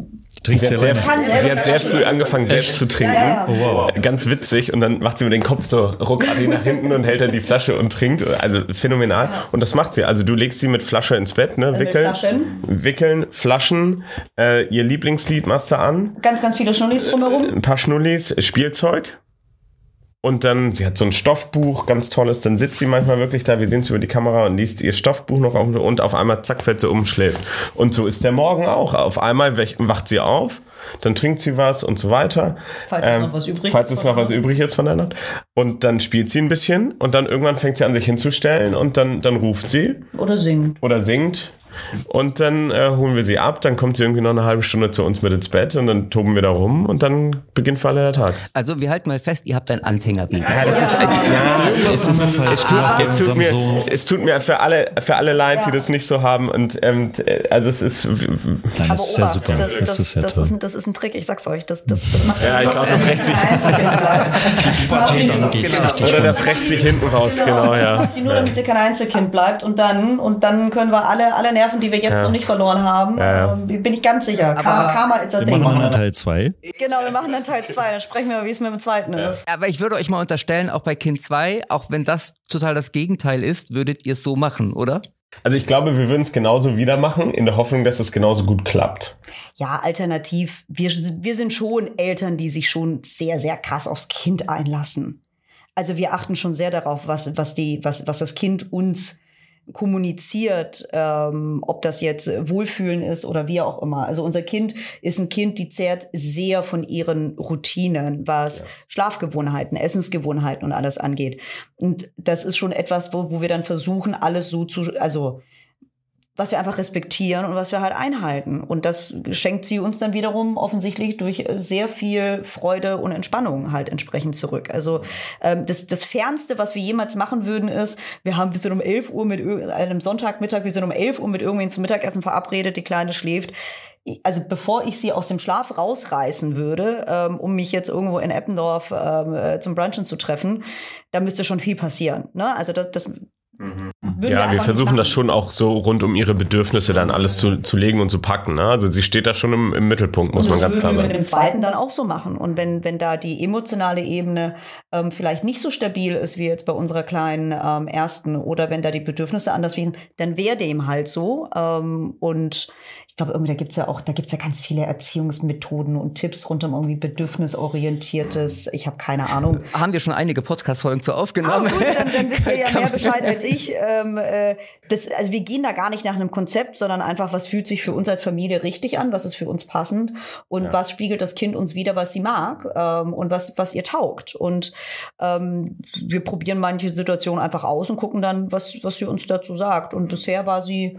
hat sehr früh angefangen, selbst zu trinken. Ja. Oh, wow. Ganz witzig. Und dann macht sie mit dem Kopf so ruckartig nach hinten und hält dann die Flasche und trinkt. Also phänomenal. Und das macht sie. Also du legst sie mit Flasche ins Bett, ne? Wickeln, Flaschen. Ihr Lieblingslied machst du an. Ganz, ganz viele Schnullis drumherum. Ein paar Schnullis, Spielzeug. Und dann, sie hat so ein Stoffbuch, ganz tolles, dann sitzt sie manchmal wirklich da, wir sehen es über die Kamera und liest ihr Stoffbuch noch auf und auf einmal zack, fällt sie um, schläft. Und so ist der Morgen auch. Auf einmal wacht sie auf, dann trinkt sie was und so weiter. Falls es noch was übrig ist von der Nacht. Und dann spielt sie ein bisschen und dann irgendwann fängt sie an, sich hinzustellen und dann ruft sie. Oder singt. Und dann holen wir sie ab, dann kommt sie irgendwie noch eine halbe Stunde zu uns mit ins Bett und dann toben wir da rum und dann beginnt für alle der Tag. Also wir halten mal fest, ihr habt ein Anfängerbaby. Es tut mir für alle leid, die das nicht so haben und also es ist das ist sehr super. Das ist ein Trick, ich sag's euch. Das macht ja, ich glaube, das rächt sich oder das rächt sich hinten raus, genau, ja. Das macht sie nur, damit sie kein Einzelkind bleibt und dann können wir alle Nerven, die wir jetzt noch nicht verloren haben, bin ich ganz sicher. Karma is a thing. Wir machen dann Teil 2. Genau, wir machen dann Teil 2. Dann sprechen wir, wie es mit dem zweiten ist. Aber ich würde euch mal unterstellen, auch bei Kind 2, auch wenn das total das Gegenteil ist, würdet ihr es so machen, oder? Also ich glaube, wir würden es genauso wieder machen, in der Hoffnung, dass es genauso gut klappt. Ja, alternativ, wir sind schon Eltern, die sich schon sehr, sehr krass aufs Kind einlassen. Also wir achten schon sehr darauf, was das Kind uns kommuniziert, ob das jetzt Wohlfühlen ist oder wie auch immer. Also unser Kind ist ein Kind, die zehrt sehr von ihren Routinen, was Schlafgewohnheiten, Essensgewohnheiten und alles angeht. Und das ist schon etwas, wo wir dann versuchen, alles so was wir einfach respektieren und was wir halt einhalten. Und das schenkt sie uns dann wiederum offensichtlich durch sehr viel Freude und Entspannung halt entsprechend zurück. Also das Fernste, was wir jemals machen würden, ist, wir sind um 11 Uhr mit einem Sonntagmittag, wir sind um 11 Uhr mit irgendwen zum Mittagessen verabredet, die Kleine schläft. Also bevor ich sie aus dem Schlaf rausreißen würde, um mich jetzt irgendwo in Eppendorf zum Brunchen zu treffen, da müsste schon viel passieren. Ne? Also das ja, wir versuchen das schon auch so rund um ihre Bedürfnisse dann alles zu legen und zu packen. Ne? Also sie steht da schon im Mittelpunkt, muss man ganz klar sagen. Das würden wir mit dem zweiten dann auch so machen. Und wenn da die emotionale Ebene vielleicht nicht so stabil ist wie jetzt bei unserer kleinen ersten oder wenn da die Bedürfnisse anders wären, dann wäre dem halt so. Und ich glaube, irgendwie da gibt's ja ganz viele Erziehungsmethoden und Tipps rund um irgendwie bedürfnisorientiertes. Ich habe keine Ahnung. Haben wir schon einige Podcast-Folgen zu aufgenommen? Gut, dann wisst ihr ja mehr Bescheid als ich. Also wir gehen da gar nicht nach einem Konzept, sondern einfach, was fühlt sich für uns als Familie richtig an, was ist für uns passend und was spiegelt das Kind uns wider, was sie mag und was ihr taugt. Und wir probieren manche Situationen einfach aus und gucken dann, was sie uns dazu sagt. Und bisher war sie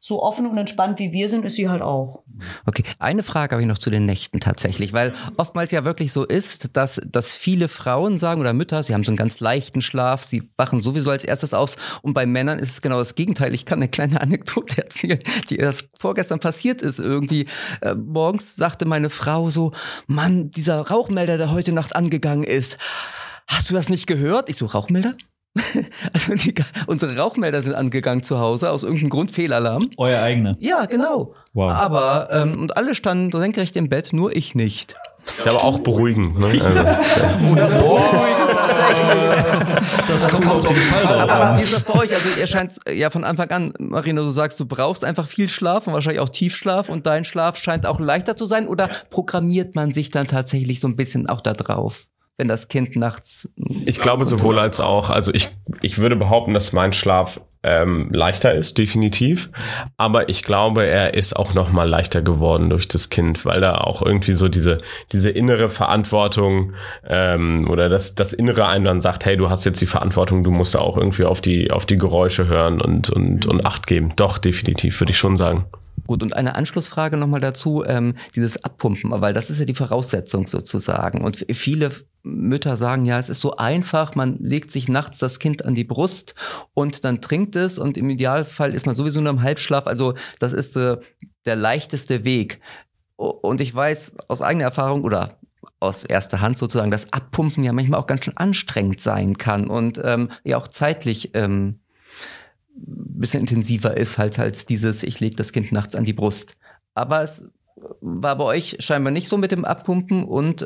so offen und entspannt wie wir sind, ist sie halt auch. Okay, eine Frage habe ich noch zu den Nächten tatsächlich, weil oftmals ja wirklich so ist, dass viele Frauen sagen oder Mütter, sie haben so einen ganz leichten Schlaf, sie wachen sowieso als erstes auf, und bei Männern ist es genau das Gegenteil. Ich kann eine kleine Anekdote erzählen, die erst vorgestern passiert ist irgendwie. Morgens sagte meine Frau so, Mann, dieser Rauchmelder, der heute Nacht angegangen ist, hast du das nicht gehört? Ich so, Rauchmelder? Also unsere Rauchmelder sind angegangen zu Hause, aus irgendeinem Grund, Fehlalarm. Euer eigener? Ja, genau. Wow. Aber, und alle standen senkrecht im Bett, nur ich nicht. Ist aber auch beruhigend, ne? Oder beruhigend tatsächlich. Das kommt auf jeden Fall drauf Aber an. wie ist das bei euch? Also ihr scheint ja von Anfang an, Marina, du sagst, du brauchst einfach viel Schlaf und wahrscheinlich auch Tiefschlaf, und dein Schlaf scheint auch leichter zu sein, oder programmiert man sich dann tatsächlich so ein bisschen auch da drauf, wenn das Kind nachts... Ich glaube sowohl als auch. Also ich würde behaupten, dass mein Schlaf leichter ist, definitiv. Aber ich glaube, er ist auch noch mal leichter geworden durch das Kind, weil da auch irgendwie so diese innere Verantwortung oder das Innere einem dann sagt, hey, du hast jetzt die Verantwortung, du musst da auch irgendwie auf die Geräusche hören und Acht geben. Doch, definitiv, würde ich schon sagen. Gut, und eine Anschlussfrage nochmal dazu, dieses Abpumpen, weil das ist ja die Voraussetzung sozusagen. Und viele Mütter sagen, ja, es ist so einfach, man legt sich nachts das Kind an die Brust und dann trinkt es, und im Idealfall ist man sowieso nur im Halbschlaf. Also das ist der leichteste Weg. Und ich weiß aus eigener Erfahrung oder aus erster Hand sozusagen, dass Abpumpen ja manchmal auch ganz schön anstrengend sein kann und ja auch zeitlich bisschen intensiver ist halt als dieses, ich lege das Kind nachts an die Brust. Aber es war bei euch scheinbar nicht so mit dem Abpumpen, und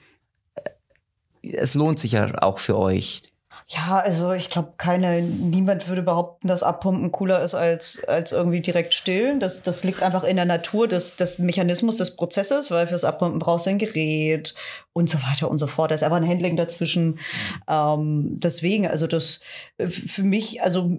es lohnt sich ja auch für euch. Ja, also ich glaube, niemand würde behaupten, dass Abpumpen cooler ist als irgendwie direkt stillen. Das liegt einfach in der Natur des Mechanismus des Prozesses, weil fürs Abpumpen brauchst du ein Gerät und so weiter und so fort. Da ist einfach ein Handling dazwischen. Deswegen, also das für mich, also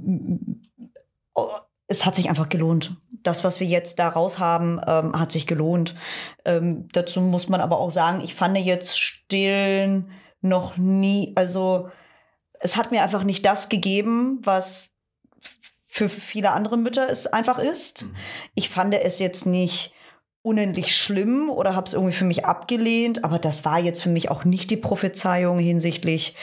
es hat sich einfach gelohnt. Das, was wir jetzt da raus haben, hat sich gelohnt. Dazu muss man aber auch sagen, ich fand jetzt Stillen noch nie, also es hat mir einfach nicht das gegeben, was für viele andere Mütter es einfach ist. Ich fand es jetzt nicht unendlich schlimm oder habe es irgendwie für mich abgelehnt, aber das war jetzt für mich auch nicht die Prophezeiung hinsichtlich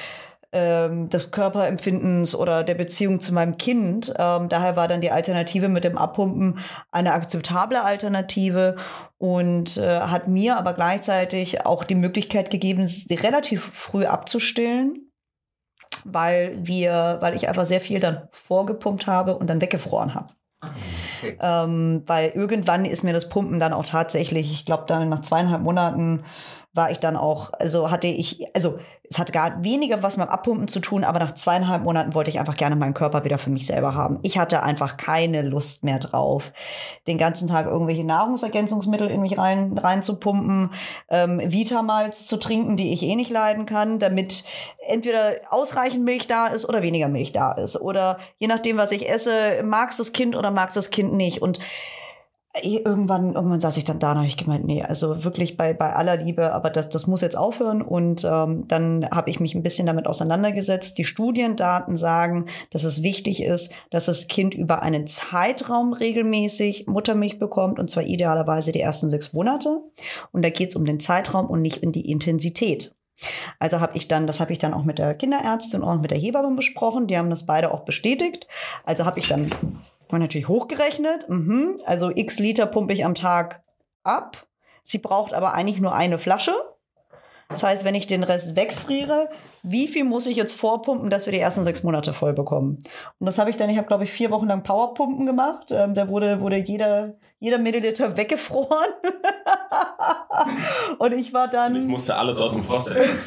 des Körperempfindens oder der Beziehung zu meinem Kind. Daher war dann die Alternative mit dem Abpumpen eine akzeptable Alternative und hat mir aber gleichzeitig auch die Möglichkeit gegeben, relativ früh abzustillen, weil ich einfach sehr viel dann vorgepumpt habe und dann weggefroren habe. Okay. Weil irgendwann ist mir das Pumpen dann auch tatsächlich, ich glaube dann nach 2,5 Monaten war ich dann auch, es hat gar weniger was mit dem Abpumpen zu tun, aber nach 2,5 Monaten wollte ich einfach gerne meinen Körper wieder für mich selber haben. Ich hatte einfach keine Lust mehr drauf, den ganzen Tag irgendwelche Nahrungsergänzungsmittel in mich rein zu pumpen, Vitamals zu trinken, die ich eh nicht leiden kann, damit entweder ausreichend Milch da ist oder weniger Milch da ist. Oder je nachdem, was ich esse, mag es das Kind oder mag es das Kind nicht. Und irgendwann saß ich dann da und habe ich gemeint, nee, also wirklich bei aller Liebe, aber das muss jetzt aufhören. Und dann habe ich mich ein bisschen damit auseinandergesetzt. Die Studiendaten sagen, dass es wichtig ist, dass das Kind über einen Zeitraum regelmäßig Muttermilch bekommt, und zwar idealerweise die ersten 6 Monate. Und da geht es um den Zeitraum und nicht um die Intensität. Also das habe ich dann auch mit der Kinderärztin und auch mit der Hebamme besprochen. Die haben das beide auch bestätigt. Also habe ich dann natürlich hochgerechnet. Also x Liter pumpe ich am Tag ab. Sie braucht aber eigentlich nur eine Flasche. Das heißt, wenn ich den Rest wegfriere, wie viel muss ich jetzt vorpumpen, dass wir die ersten 6 Monate voll bekommen? Und das habe ich dann, glaube ich 4 Wochen lang Powerpumpen gemacht. Da wurde jeder Milliliter weggefroren. Und ich war dann... Ich musste alles aus dem Frost essen.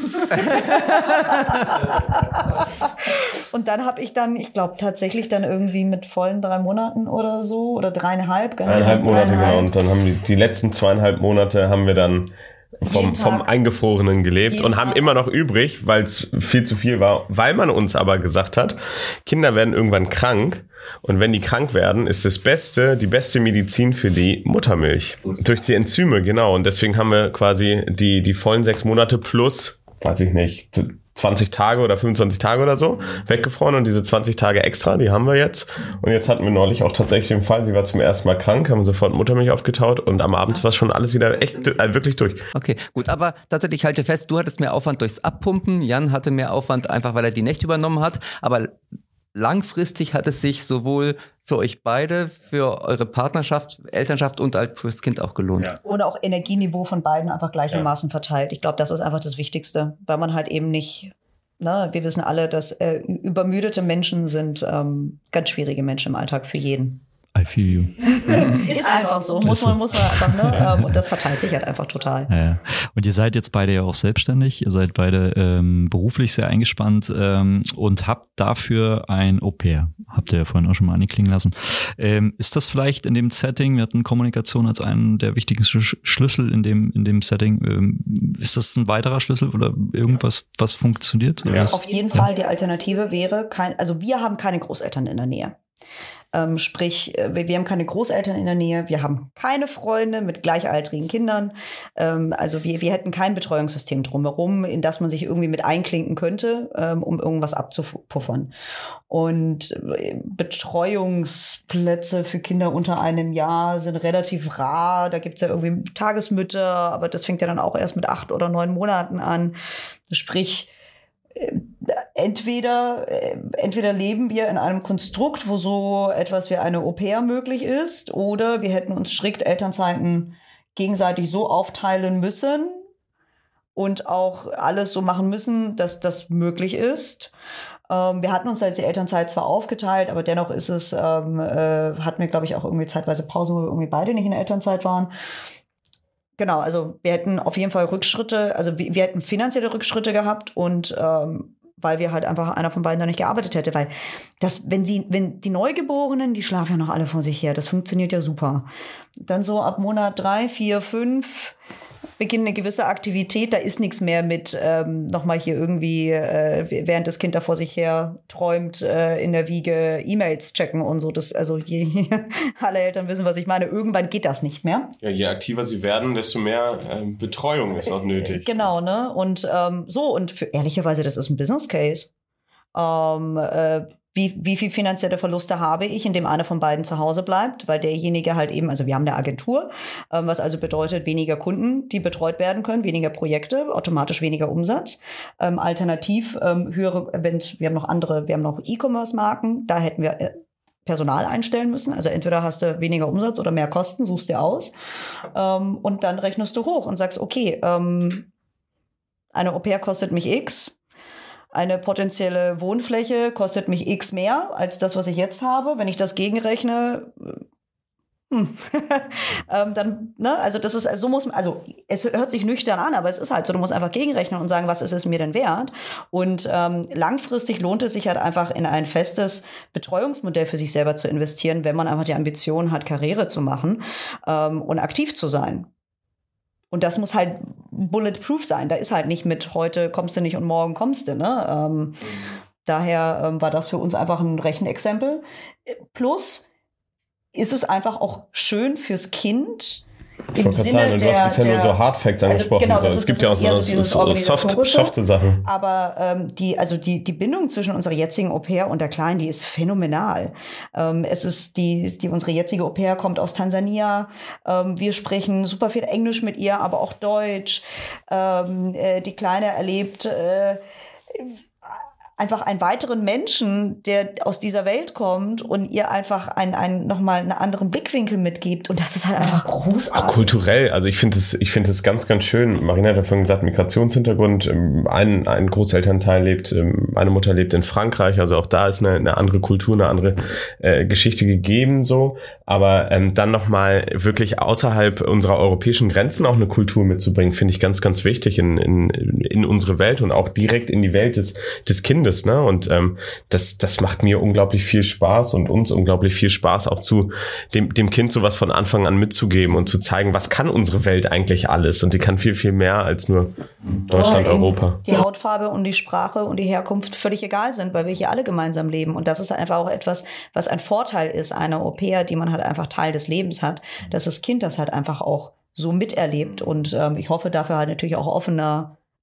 Und dann habe ich dann, ich glaube tatsächlich dann irgendwie mit vollen 3 Monaten oder so, oder 3,5. 3,5 Monate, genau. Und dann haben die letzten 2,5 Monate haben wir dann vom Eingefrorenen gelebt und haben immer noch übrig, weil es viel zu viel war, weil man uns aber gesagt hat, Kinder werden irgendwann krank, und wenn die krank werden, ist die beste Medizin für die Muttermilch. Durch die Enzyme, genau. Und deswegen haben wir quasi die vollen 6 Monate plus, weiß ich nicht, 20 Tage oder 25 Tage oder so weggefroren und diese 20 Tage extra, die haben wir jetzt. Und jetzt hatten wir neulich auch tatsächlich den Fall, sie war zum ersten Mal krank, haben sofort Muttermilch aufgetaut und am Abend war es schon alles wieder echt, wirklich durch. Okay, gut, aber tatsächlich, ich halte fest, du hattest mehr Aufwand durchs Abpumpen, Jan hatte mehr Aufwand einfach, weil er die Nächte übernommen hat, aber langfristig hat es sich sowohl für euch beide, für eure Partnerschaft, Elternschaft und halt fürs Kind auch gelohnt. Ja. Oder auch Energieniveau von beiden einfach gleichermaßen verteilt. Ich glaube, das ist einfach das Wichtigste, weil man halt eben nicht, wir wissen alle, dass übermüdete Menschen sind ganz schwierige Menschen im Alltag für jeden. I feel you. Ist einfach so. Muss man einfach, und das verteilt sich halt einfach total. Ja. Und ihr seid jetzt beide ja auch selbstständig. Ihr seid beide beruflich sehr eingespannt und habt dafür ein Au-pair. Habt ihr ja vorhin auch schon mal anklingen lassen. Ist das vielleicht in dem Setting, wir hatten Kommunikation als einen der wichtigsten Schlüssel in dem Setting, ist das ein weiterer Schlüssel oder irgendwas, was funktioniert? Ja. Auf jeden Fall, die Alternative wäre, wir haben keine Großeltern in der Nähe. Sprich, wir haben keine Großeltern in der Nähe, wir haben keine Freunde mit gleichaltrigen Kindern. Also wir hätten kein Betreuungssystem drumherum, in das man sich irgendwie mit einklinken könnte, um irgendwas abzupuffern. Und Betreuungsplätze für Kinder unter einem Jahr sind relativ rar. Da gibt's ja irgendwie Tagesmütter, aber das fängt ja dann auch erst mit 8 oder 9 Monaten an. Sprich, entweder leben wir in einem Konstrukt, wo so etwas wie eine Au-pair möglich ist, oder wir hätten uns strikt Elternzeiten gegenseitig so aufteilen müssen und auch alles so machen müssen, dass das möglich ist. Wir hatten uns als die Elternzeit zwar aufgeteilt, aber dennoch ist es, hatten wir, glaube ich, auch irgendwie zeitweise Pausen, wo wir irgendwie beide nicht in der Elternzeit waren. Genau, also wir hätten auf jeden Fall Rückschritte, also wir hätten finanzielle Rückschritte gehabt und weil wir halt einfach einer von beiden da nicht gearbeitet hätte, weil wenn die Neugeborenen, die schlafen ja noch alle vor sich her, das funktioniert ja super. Dann so ab Monat 3, 4, 5 beginnt eine gewisse Aktivität, da ist nichts mehr mit nochmal hier irgendwie, während das Kind da vor sich her träumt, in der Wiege E-Mails checken und so. Das, also alle Eltern wissen, was ich meine. Irgendwann geht das nicht mehr. Ja, je aktiver sie werden, desto mehr Betreuung ist auch nötig. Genau, ne? Und ehrlicherweise, das ist ein Business Case. Wie viel finanzielle Verluste habe ich, indem einer von beiden zu Hause bleibt, weil derjenige halt eben, also wir haben eine Agentur, was also bedeutet weniger Kunden, die betreut werden können, weniger Projekte, automatisch weniger Umsatz. Alternativ höhere, wir haben noch E-Commerce-Marken, da hätten wir Personal einstellen müssen. Also entweder hast du weniger Umsatz oder mehr Kosten, suchst dir aus und dann rechnest du hoch und sagst, okay, eine Au-pair kostet mich X, eine potenzielle Wohnfläche kostet mich X mehr als das, was ich jetzt habe. Wenn ich das gegenrechne, dann, ne, also das ist, also so muss man, also es hört sich nüchtern an, aber es ist halt so, du musst einfach gegenrechnen und sagen, was ist es mir denn wert? Und langfristig lohnt es sich halt einfach in ein festes Betreuungsmodell für sich selber zu investieren, wenn man einfach die Ambition hat, Karriere zu machen und aktiv zu sein. Und das muss halt bulletproof sein. Da ist halt nicht mit heute kommst du nicht und morgen kommst du. Ne? Daher war das für uns einfach ein Rechenexempel. Plus ist es einfach auch schön fürs Kind. Im Sinne du hast bisher nur so Hardfacts angesprochen. Genau, es gibt ja auch so softe Sachen. Aber die Bindung zwischen unserer jetzigen Au-pair und der Kleinen, die ist phänomenal. Es ist unsere jetzige Au-pair kommt aus Tansania. Wir sprechen super viel Englisch mit ihr, aber auch Deutsch. Die Kleine erlebt einfach einen weiteren Menschen, der aus dieser Welt kommt und ihr einfach nochmal einen anderen Blickwinkel mitgibt. Und das ist halt einfach großartig. Auch kulturell, also ich finde es ganz, ganz schön. Marina hat ja vorhin gesagt, Migrationshintergrund. Ein Großelternteil eine Mutter lebt in Frankreich, also auch da ist eine andere Kultur, eine andere Geschichte gegeben, so. Aber dann nochmal wirklich außerhalb unserer europäischen Grenzen auch eine Kultur mitzubringen, finde ich ganz, ganz wichtig in unsere Welt und auch direkt in die Welt des Kindes. Ne? Und das macht mir unglaublich viel Spaß und uns unglaublich viel Spaß, auch zu dem Kind sowas von Anfang an mitzugeben und zu zeigen, was kann unsere Welt eigentlich alles. Und die kann viel, viel mehr als nur Deutschland, Europa. Die Hautfarbe und die Sprache und die Herkunft völlig egal sind, weil wir hier alle gemeinsam leben. Und das ist einfach auch etwas, was ein Vorteil ist, einer Au-pair, die man halt einfach Teil des Lebens hat, dass das Kind das halt einfach auch so miterlebt. Und ich hoffe dafür halt natürlich auch offener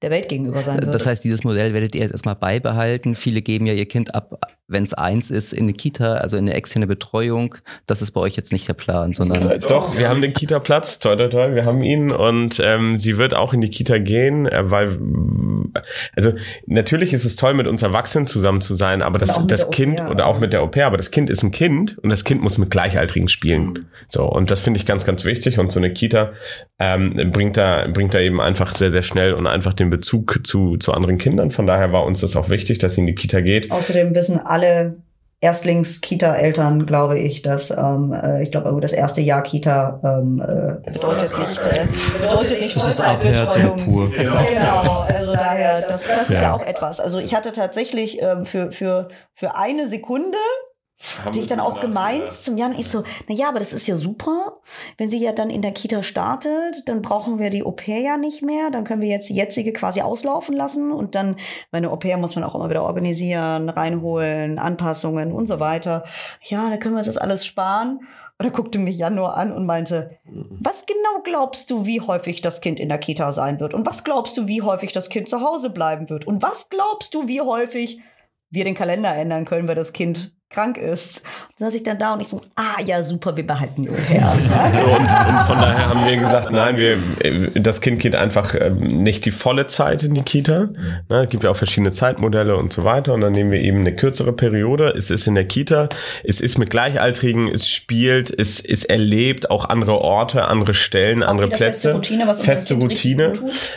der Welt gegenüber sein wird. Das heißt, dieses Modell werdet ihr jetzt erstmal beibehalten. Viele geben ja ihr Kind ab, wenn es 1 ist, in eine Kita, also in eine externe Betreuung. Das ist bei euch jetzt nicht der Plan, sondern... Doch, wir haben den Kita-Platz, toll, wir haben ihn und sie wird auch in die Kita gehen, weil, also natürlich ist es toll, mit uns Erwachsenen zusammen zu sein, aber das Kind, oder auch mit der Au-pair, aber das Kind ist ein Kind und das Kind muss mit Gleichaltrigen spielen. So, und das finde ich ganz, ganz wichtig und so eine Kita bringt da eben einfach sehr, sehr schnell und einfach den Bezug zu anderen Kindern. Von daher war uns das auch wichtig, dass sie in die Kita geht. Außerdem wissen alle Erstlings-Kita-Eltern, glaube ich, dass ich glaube, das erste Jahr Kita bedeutet nicht das ist Abhärtung pur. Genau, also daher, das ist ja auch etwas. Also ich hatte tatsächlich für eine Sekunde hatte ich dann auch gemeint zum Jan, ich so, naja, aber das ist ja super, wenn sie ja dann in der Kita startet, dann brauchen wir die Au-pair ja nicht mehr, dann können wir jetzt die jetzige quasi auslaufen lassen und dann, meine Au-pair muss man auch immer wieder organisieren, reinholen, Anpassungen und so weiter. Ja, da können wir uns das alles sparen. Und da guckte mich Jan nur an und meinte, was genau glaubst du, wie häufig das Kind in der Kita sein wird? Und was glaubst du, wie häufig das Kind zu Hause bleiben wird? Und was glaubst du, wie häufig wir den Kalender ändern können, weil das Kind krank ist? Und dann saß ich dann da und ich so, ja, super, wir behalten die Au-pair. So, und von daher haben wir gesagt, nein, das Kind geht einfach nicht die volle Zeit in die Kita. Es gibt ja auch verschiedene Zeitmodelle und so weiter. Und dann nehmen wir eben eine kürzere Periode. Es ist in der Kita, es ist mit Gleichaltrigen, es spielt, es erlebt auch andere Orte, andere Stellen, auch andere Plätze. Feste Routine.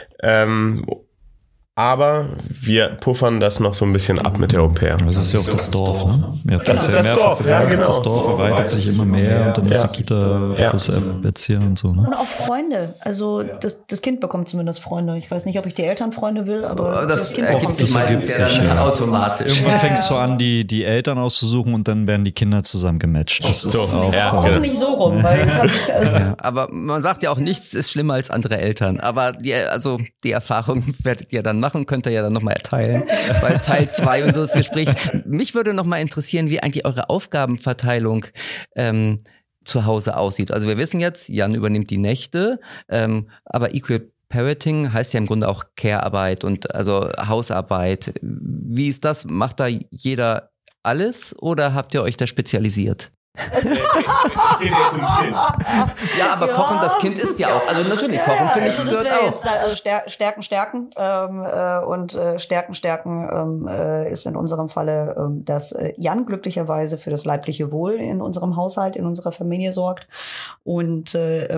Aber wir puffern das noch so ein bisschen ab mit der Au-pair. Das ist ja auch das Dorf, ne? Das ist das Dorf, ja, genau. Das Dorf erweitert sich immer mehr und dann ist die Kita plus Erzieher und so, ne? Und auch Freunde. Also das Kind bekommt zumindest Freunde. Ich weiß nicht, ob ich die Eltern Freunde will, aber das Kind bekommt sich meistens automatisch. Irgendwann fängst du an, die Eltern auszusuchen und dann werden die Kinder zusammen gematcht. Das ist auch nicht so rum. Weil aber man sagt ja auch, nichts ist schlimmer als andere Eltern. Aber die Erfahrung werdet ihr dann machen. Könnt ihr ja dann nochmal erteilen, weil Teil 2 unseres Gesprächs. Mich würde nochmal interessieren, wie eigentlich eure Aufgabenverteilung zu Hause aussieht. Also wir wissen jetzt, Jan übernimmt die Nächte, aber Equal Parenting heißt ja im Grunde auch Care-Arbeit und also Hausarbeit. Wie ist das? Macht da jeder alles oder habt ihr euch da spezialisiert? Ja, aber Kochen, das Kind isst ja auch. Also natürlich, Kochen finde ich gehört auch. Also Stärken. Stärken ist in unserem Falle, dass Jan glücklicherweise für das leibliche Wohl in unserem Haushalt, in unserer Familie sorgt. Und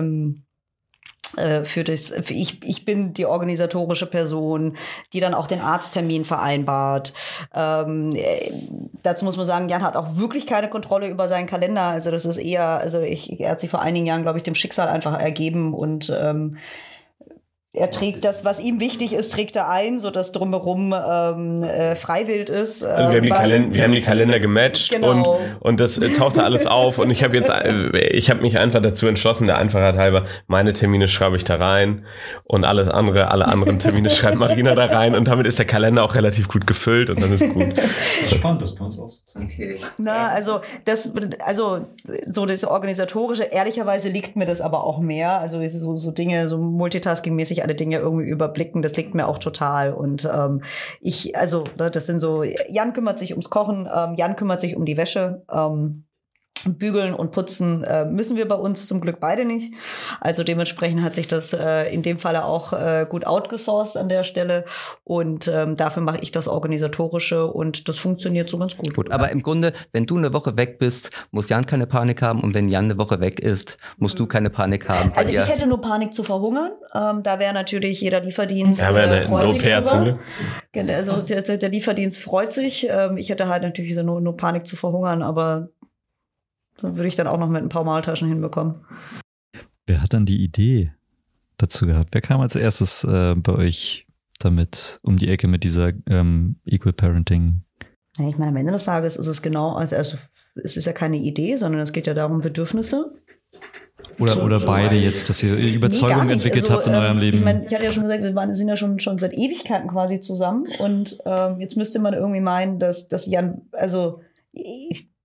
ich bin die organisatorische Person, die dann auch den Arzttermin vereinbart. Dazu muss man sagen, Jan hat auch wirklich keine Kontrolle über seinen Kalender. Also das ist eher, er hat sich vor einigen Jahren, glaube ich, dem Schicksal einfach ergeben und er trägt das, was ihm wichtig ist, trägt er ein, so dass drumherum freiwillig ist. Wir haben die Kalender gematcht, genau. und das tauchte alles auf und ich habe mich einfach dazu entschlossen, der Einfachheit halber, meine Termine schreibe ich da rein und alle anderen Termine schreibt Marina da rein und damit ist der Kalender auch relativ gut gefüllt und dann ist gut. Das ist spannend, das bei uns aus. Okay. So das Organisatorische, ehrlicherweise liegt mir das aber auch mehr, also so Dinge, so Multitasking-mäßig alle Dinge irgendwie überblicken, das liegt mir auch total. Und das sind so, Jan kümmert sich ums Kochen, Jan kümmert sich um die Wäsche, Bügeln und Putzen müssen wir bei uns zum Glück beide nicht. Also dementsprechend hat sich das in dem Falle auch gut outgesourced an der Stelle und dafür mache ich das Organisatorische und das funktioniert so ganz gut. Gut, aber im Grunde, wenn du eine Woche weg bist, muss Jan keine Panik haben und wenn Jan eine Woche weg ist, musst du keine Panik haben. Also ich hätte nur Panik zu verhungern. Da wäre natürlich jeder Lieferdienst freut sich drüber. Also der Lieferdienst freut sich. Ich hätte halt natürlich nur Panik zu verhungern, aber so würde ich dann auch noch mit ein paar Maultaschen hinbekommen. Wer hat dann die Idee dazu gehabt? Wer kam als erstes bei euch damit um die Ecke mit dieser Equal Parenting? Ja, ich meine, am Ende des Tages ist es genau, also es ist ja keine Idee, sondern es geht ja darum, Bedürfnisse. Oder beide jetzt, dass ihr Überzeugung entwickelt habt in eurem Leben. Ich meine, ich hatte ja schon gesagt, wir sind ja schon seit Ewigkeiten quasi zusammen und jetzt müsste man irgendwie meinen, dass Jan,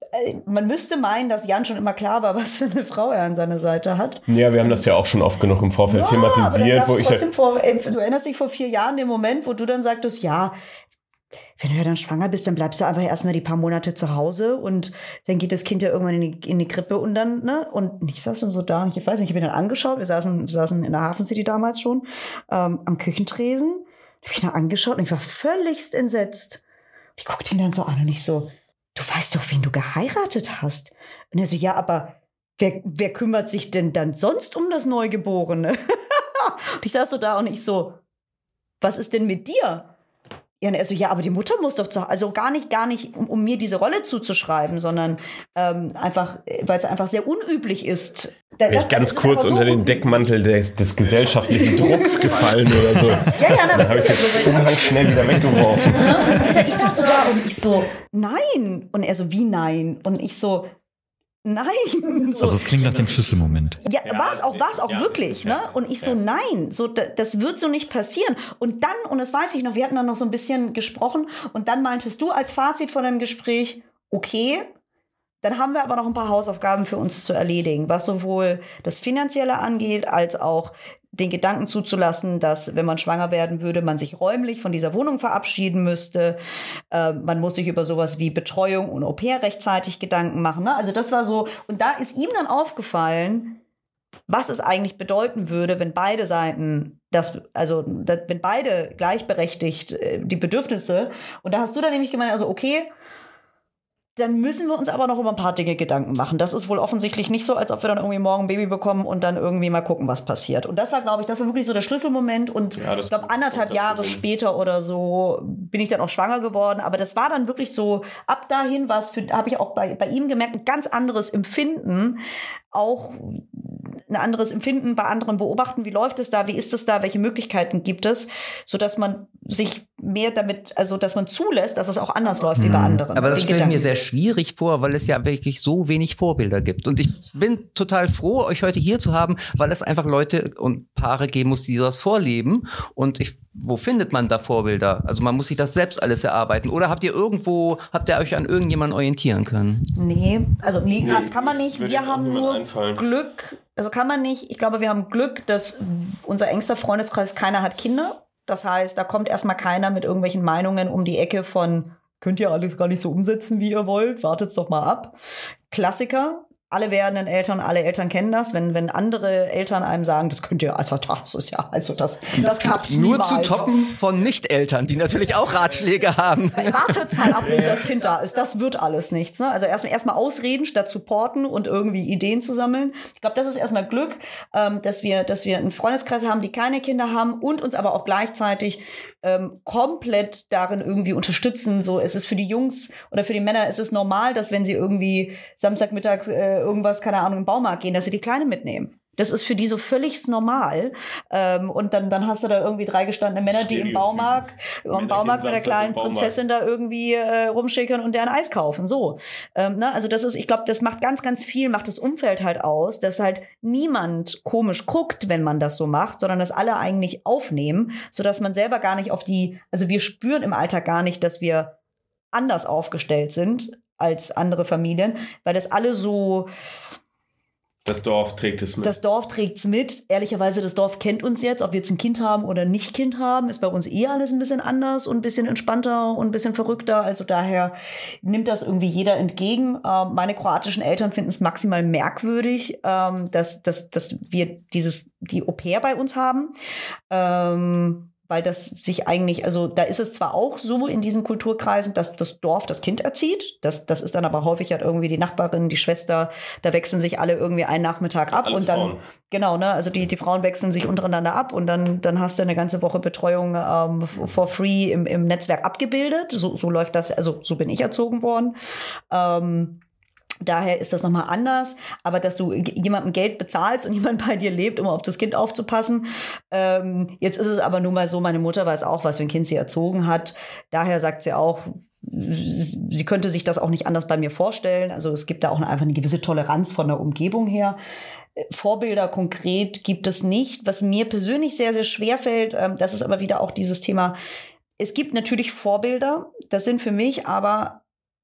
man müsste meinen, dass Jan schon immer klar war, was für eine Frau er an seiner Seite hat. Ja, wir haben das ja auch schon oft genug im Vorfeld thematisiert. Wo ich du erinnerst dich vor 4 Jahren, den Moment, wo du dann sagtest, ja, wenn du ja dann schwanger bist, dann bleibst du einfach erstmal die paar Monate zu Hause und dann geht das Kind ja irgendwann in die Krippe und dann, ne? Und ich saß dann so da und ich weiß nicht, ich habe ihn dann angeschaut, wir saßen in der Hafen City damals schon, am Küchentresen, habe ich ihn dann angeschaut und ich war völligst entsetzt. Ich guckte ihn dann so an und ich so, du weißt doch, wen du geheiratet hast. Und er so, ja, aber wer kümmert sich denn dann sonst um das Neugeborene? Und ich saß so da und ich so, was ist denn mit dir? Ja, und er so, ja, aber die Mutter muss doch also gar nicht, um mir diese Rolle zuzuschreiben, sondern einfach, weil es einfach sehr unüblich ist. Vielleicht ganz kurz unter den Deckmantel des gesellschaftlichen Drucks gefallen oder so. Ja, das ist ja so. Den Umhang schnell wieder weggeworfen. Ich saß so da und ich so, nein. Und er so, wie nein? Und ich so, nein. So. Also es klingt nach dem Schlüsselmoment. Ja, war es auch wirklich, ne? Und ich so, nein, so, das wird so nicht passieren. Und dann, und das weiß ich noch, wir hatten dann noch so ein bisschen gesprochen und dann meintest du als Fazit von dem Gespräch, okay, dann haben wir aber noch ein paar Hausaufgaben für uns zu erledigen, was sowohl das Finanzielle angeht, als auch den Gedanken zuzulassen, dass, wenn man schwanger werden würde, man sich räumlich von dieser Wohnung verabschieden müsste. Man muss sich über sowas wie Betreuung und Au-pair rechtzeitig Gedanken machen. Ne? Also das war so, und da ist ihm dann aufgefallen, was es eigentlich bedeuten würde, wenn beide Seiten wenn beide gleichberechtigt die Bedürfnisse, und da hast du dann nämlich gemeint, also okay, dann müssen wir uns aber noch über ein paar Dinge Gedanken machen. Das ist wohl offensichtlich nicht so, als ob wir dann irgendwie morgen ein Baby bekommen und dann irgendwie mal gucken, was passiert. Und das war, glaube ich, wirklich so der Schlüsselmoment. Und ja, ich glaube, 1,5 Jahre später oder so bin ich dann auch schwanger geworden. Aber das war dann wirklich so, ab dahin war es, habe ich auch bei ihm gemerkt, ein ganz anderes Empfinden. Auch ein anderes Empfinden bei anderen beobachten. Wie läuft es da? Wie ist es da? Welche Möglichkeiten gibt es? Sodass man sich mehr damit, also dass man zulässt, dass es auch anders läuft wie bei anderen. Aber das stelle ich mir sehr schwierig vor, weil es ja wirklich so wenig Vorbilder gibt. Und ich bin total froh, euch heute hier zu haben, weil es einfach Leute und Paare geben muss, die das vorleben. Und wo findet man da Vorbilder? Also man muss sich das selbst alles erarbeiten. Oder habt ihr euch an irgendjemanden orientieren können? Nee, also kann man nicht. Wir haben nur Glück. Also kann man nicht. Ich glaube, wir haben Glück, dass unser engster Freundeskreis, keiner hat Kinder. Das heißt, da kommt erstmal keiner mit irgendwelchen Meinungen um die Ecke von, könnt ihr alles gar nicht so umsetzen, wie ihr wollt, wartet's doch mal ab. Klassiker. Alle werdenden Eltern, alle Eltern kennen das, wenn andere Eltern einem sagen, das könnt ihr, also das ist ja, also das klappt nur niemals. Zu toppen von Nicht-Eltern, die natürlich auch Ratschläge haben. Wartet's mal ab, bis das Kind da ist. Das wird alles nichts. Ne? Also erstmal ausreden, statt supporten und irgendwie Ideen zu sammeln. Ich glaube, das ist erstmal Glück, dass wir einen Freundeskreis haben, die keine Kinder haben und uns aber auch gleichzeitig komplett darin irgendwie unterstützen. So, es ist für die Jungs oder für die Männer, es ist normal, dass wenn sie irgendwie Samstagmittag irgendwas, keine Ahnung, im Baumarkt gehen, dass sie die Kleine mitnehmen. Das ist für die so völlig normal. Und dann hast du da irgendwie 3 gestandene Männer, die im Baumarkt mit der kleinen Prinzessin da irgendwie rumschickern und deren Eis kaufen. So. Also das ist, ich glaube, das macht ganz, ganz viel, macht das Umfeld halt aus, dass halt niemand komisch guckt, wenn man das so macht, sondern dass alle eigentlich aufnehmen, sodass man selber gar nicht also wir spüren im Alltag gar nicht, dass wir anders aufgestellt sind als andere Familien, weil das alle so. Das Dorf trägt es mit. Das Dorf trägt es mit. Ehrlicherweise, das Dorf kennt uns jetzt. Ob wir jetzt ein Kind haben oder nicht Kind haben, ist bei uns alles ein bisschen anders und ein bisschen entspannter und ein bisschen verrückter. Also daher nimmt das irgendwie jeder entgegen. Meine kroatischen Eltern finden es maximal merkwürdig, dass wir die Au-pair bei uns haben. Weil das sich eigentlich, also da ist es zwar auch so in diesen Kulturkreisen, dass das Dorf das Kind erzieht, das ist dann aber häufig halt irgendwie die Nachbarin, die Schwester, da wechseln sich alle irgendwie einen Nachmittag ab und dann, Frauen. Genau, ne, also die Frauen wechseln sich untereinander ab und dann hast du eine ganze Woche Betreuung for free im Netzwerk abgebildet, so läuft das, also so bin ich erzogen worden. Daher ist das nochmal anders, aber dass du jemandem Geld bezahlst und jemand bei dir lebt, um auf das Kind aufzupassen. Jetzt ist es aber nun mal so, meine Mutter weiß auch, was für ein Kind sie erzogen hat. Daher sagt sie auch, sie könnte sich das auch nicht anders bei mir vorstellen. Also es gibt da auch einfach eine gewisse Toleranz von der Umgebung her. Vorbilder konkret gibt es nicht. Was mir persönlich sehr, sehr schwer fällt, das ist aber wieder auch dieses Thema, es gibt natürlich Vorbilder, das sind für mich aber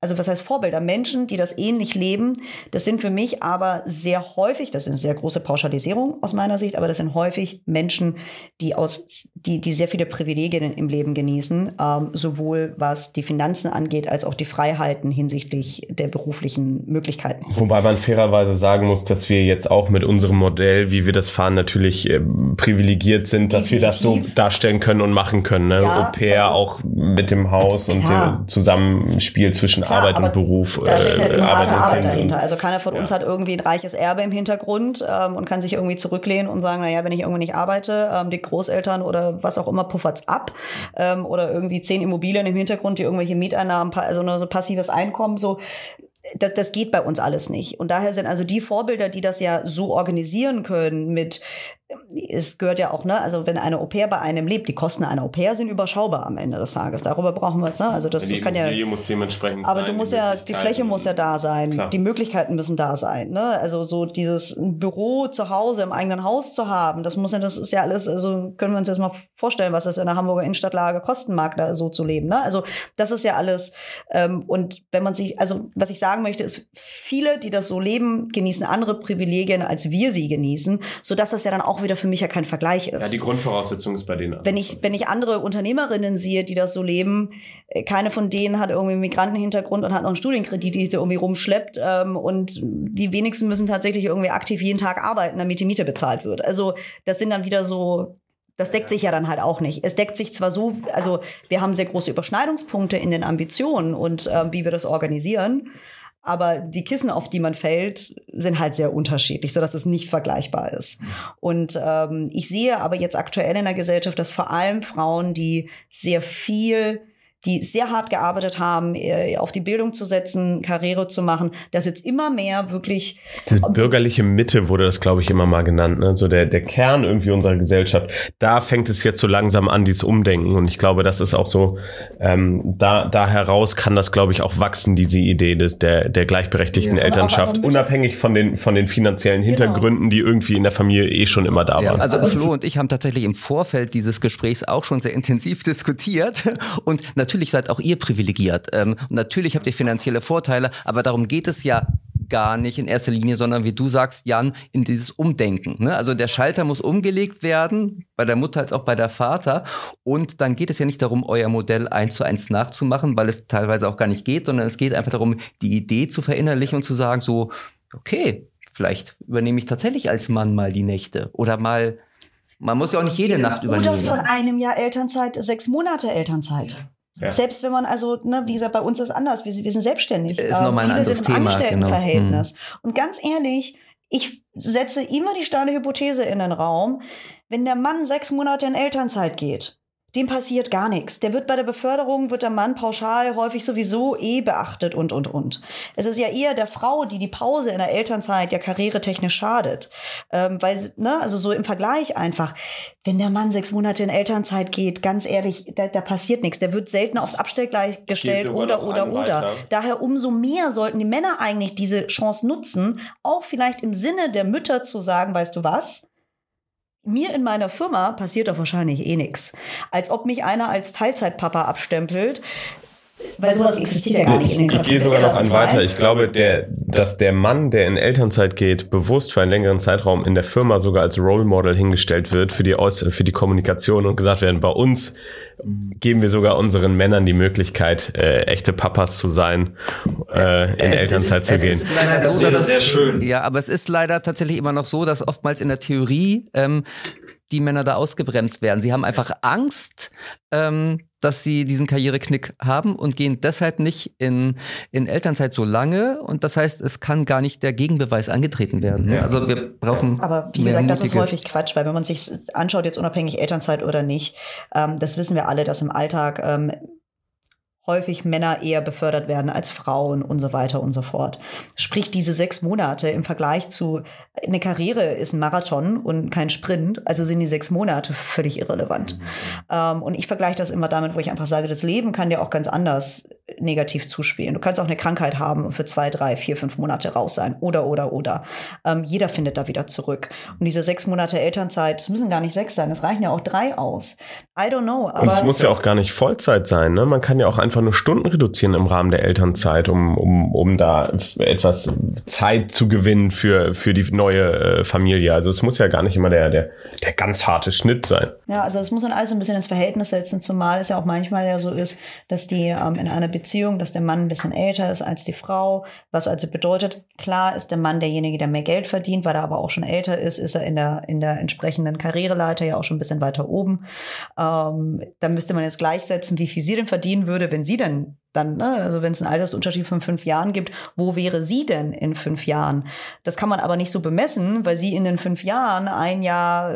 also was heißt Vorbilder? Menschen, die das ähnlich leben, das sind für mich aber sehr häufig, das ist eine sehr große Pauschalisierung aus meiner Sicht, aber das sind häufig Menschen, die sehr viele Privilegien im Leben genießen, sowohl was die Finanzen angeht, als auch die Freiheiten hinsichtlich der beruflichen Möglichkeiten. Wobei man fairerweise sagen muss, dass wir jetzt auch mit unserem Modell, wie wir das fahren, natürlich privilegiert sind, dass wir das so darstellen können und machen können. Ne? Ja, Au-pair auch mit dem Haus und dem Zusammenspiel zwischen Arbeit und Beruf. Da steckt halt eine harte Arbeit dahinter. Also keiner von uns hat irgendwie ein reiches Erbe im Hintergrund und kann sich irgendwie zurücklehnen und sagen, naja, wenn ich irgendwie nicht arbeite, die Großeltern oder was auch immer puffert's ab oder irgendwie 10 Immobilien im Hintergrund, die irgendwelche Mieteinnahmen, also so passives Einkommen, so. Das geht bei uns alles nicht. Und daher sind also die Vorbilder, die das ja so organisieren können mit, es gehört ja auch, ne, also wenn eine Au-pair bei einem lebt, die Kosten einer Au-pair sind überschaubar am Ende des Tages. Darüber brauchen wir es, ne? Also das kann ja. Die muss dementsprechend aber du musst ja, die Fläche muss ja da sein, klar. Die Möglichkeiten müssen da sein, ne? Also so dieses Büro zu Hause im eigenen Haus zu haben, das ist ja alles, also können wir uns jetzt mal vorstellen, was das in der Hamburger Innenstadtlage kosten mag, da so zu leben, ne? Also das ist ja alles, und wenn man sich, also was ich sagen möchte, ist, viele, die das so leben, genießen andere Privilegien, als wir sie genießen, sodass das ja dann auch wieder für mich ja kein Vergleich ist. Ja, die Grundvoraussetzung ist bei denen anders. Wenn ich andere Unternehmerinnen sehe, die das so leben, keine von denen hat irgendwie einen Migrantenhintergrund und hat noch einen Studienkredit, die sie irgendwie rumschleppt, und die wenigsten müssen tatsächlich irgendwie aktiv jeden Tag arbeiten, damit die Miete bezahlt wird. Also das sind dann wieder so, das deckt sich ja dann halt auch nicht. Es deckt sich zwar so, also wir haben sehr große Überschneidungspunkte in den Ambitionen und wie wir das organisieren, aber die Kissen, auf die man fällt, sind halt sehr unterschiedlich, sodass es nicht vergleichbar ist. Und ich sehe aber jetzt aktuell in der Gesellschaft, dass vor allem Frauen, die sehr hart gearbeitet haben, auf die Bildung zu setzen, Karriere zu machen, dass jetzt immer mehr wirklich... Diese bürgerliche Mitte wurde das, glaube ich, immer mal genannt, ne? So der Kern irgendwie unserer Gesellschaft. Da fängt es jetzt so langsam an, dieses Umdenken. Und ich glaube, das ist auch so, da heraus kann das, glaube ich, auch wachsen, diese Idee der gleichberechtigten Elternschaft, unabhängig von den finanziellen Hintergründen, die irgendwie in der Familie schon immer da waren. Also Flo und ich haben tatsächlich im Vorfeld dieses Gesprächs auch schon sehr intensiv diskutiert und natürlich seid auch ihr privilegiert. Und natürlich habt ihr finanzielle Vorteile, aber darum geht es ja gar nicht in erster Linie, sondern wie du sagst, Jan, in dieses Umdenken. Ne? Also der Schalter muss umgelegt werden, bei der Mutter als auch bei der Vater. Und dann geht es ja nicht darum, euer Modell 1:1 nachzumachen, weil es teilweise auch gar nicht geht, sondern es geht einfach darum, die Idee zu verinnerlichen und zu sagen so, okay, vielleicht übernehme ich tatsächlich als Mann mal die Nächte oder mal, man muss ja auch nicht jede Nacht übernehmen. Oder von einem Jahr Elternzeit, 6 Monate Elternzeit. Ja. Selbst wenn man, also, ne, wie gesagt, bei uns ist es anders. Wir sind selbstständig. Ist nochmal ein anderes Thema. Angestelltenverhältnis. Genau. Und ganz ehrlich, ich setze immer die steile Hypothese in den Raum, wenn der Mann 6 Monate in Elternzeit geht, dem passiert gar nichts. Der wird bei der Beförderung, wird der Mann pauschal häufig sowieso beachtet und. Es ist ja eher der Frau, die Pause in der Elternzeit ja karrieretechnisch schadet. Weil, ne, also so im Vergleich einfach, wenn der Mann 6 Monate in Elternzeit geht, ganz ehrlich, da passiert nichts. Der wird selten aufs Abstellgleich gestellt oder. Daher umso mehr sollten die Männer eigentlich diese Chance nutzen, auch vielleicht im Sinne der Mütter zu sagen, weißt du was? Mir in meiner Firma passiert doch wahrscheinlich nichts. Als ob mich einer als Teilzeitpapa abstempelt. Weil sowas existiert ja gar nicht in den Köpfen. Ich gehe sogar noch einen weiter. Ich glaube, dass der Mann, der in Elternzeit geht, bewusst für einen längeren Zeitraum in der Firma sogar als Role Model hingestellt wird für die Kommunikation und gesagt werden, bei uns geben wir sogar unseren Männern die Möglichkeit, echte Papas zu sein, in Elternzeit zu gehen. Das wäre sehr schön. Ja, aber es ist leider tatsächlich immer noch so, dass oftmals in der Theorie die Männer da ausgebremst werden. Sie haben einfach Angst, dass sie diesen Karriereknick haben und gehen deshalb nicht in Elternzeit so lange. Und das heißt, es kann gar nicht der Gegenbeweis angetreten werden. Ja. Also wir brauchen. Aber wie gesagt, das ist häufig Quatsch, weil wenn man sich anschaut, jetzt unabhängig Elternzeit oder nicht, das wissen wir alle, dass im Alltag häufig Männer eher befördert werden als Frauen und so weiter und so fort. Sprich, diese 6 Monate im Vergleich zu, eine Karriere ist ein Marathon und kein Sprint, also sind die 6 Monate völlig irrelevant. Und ich vergleiche das immer damit, wo ich einfach sage, das Leben kann dir auch ganz anders negativ zuspielen. Du kannst auch eine Krankheit haben und für 2, 3, 4, 5 Monate raus sein. Oder. Jeder findet da wieder zurück. Und diese 6 Monate Elternzeit, es müssen gar nicht 6 sein, es reichen ja auch 3 aus. I don't know. Aber und es muss ja auch gar nicht Vollzeit sein, ne? Man kann ja auch einfach nur Stunden reduzieren im Rahmen der Elternzeit, um da etwas Zeit zu gewinnen für die neue Familie. Also es muss ja gar nicht immer der ganz harte Schnitt sein. Ja, also das muss man alles ein bisschen ins Verhältnis setzen, zumal es ja auch manchmal ja so ist, dass die in einer Beziehung, dass der Mann ein bisschen älter ist als die Frau, was also bedeutet, klar ist der Mann derjenige, der mehr Geld verdient, weil er aber auch schon älter ist er in der entsprechenden Karriereleiter ja auch schon ein bisschen weiter oben. Da müsste man jetzt gleichsetzen, wie viel sie denn verdienen würde, wenn sie dann, also wenn es einen Altersunterschied von 5 Jahren gibt, wo wäre sie denn in 5 Jahren? Das kann man aber nicht so bemessen, weil sie in den 5 Jahren ein Jahr,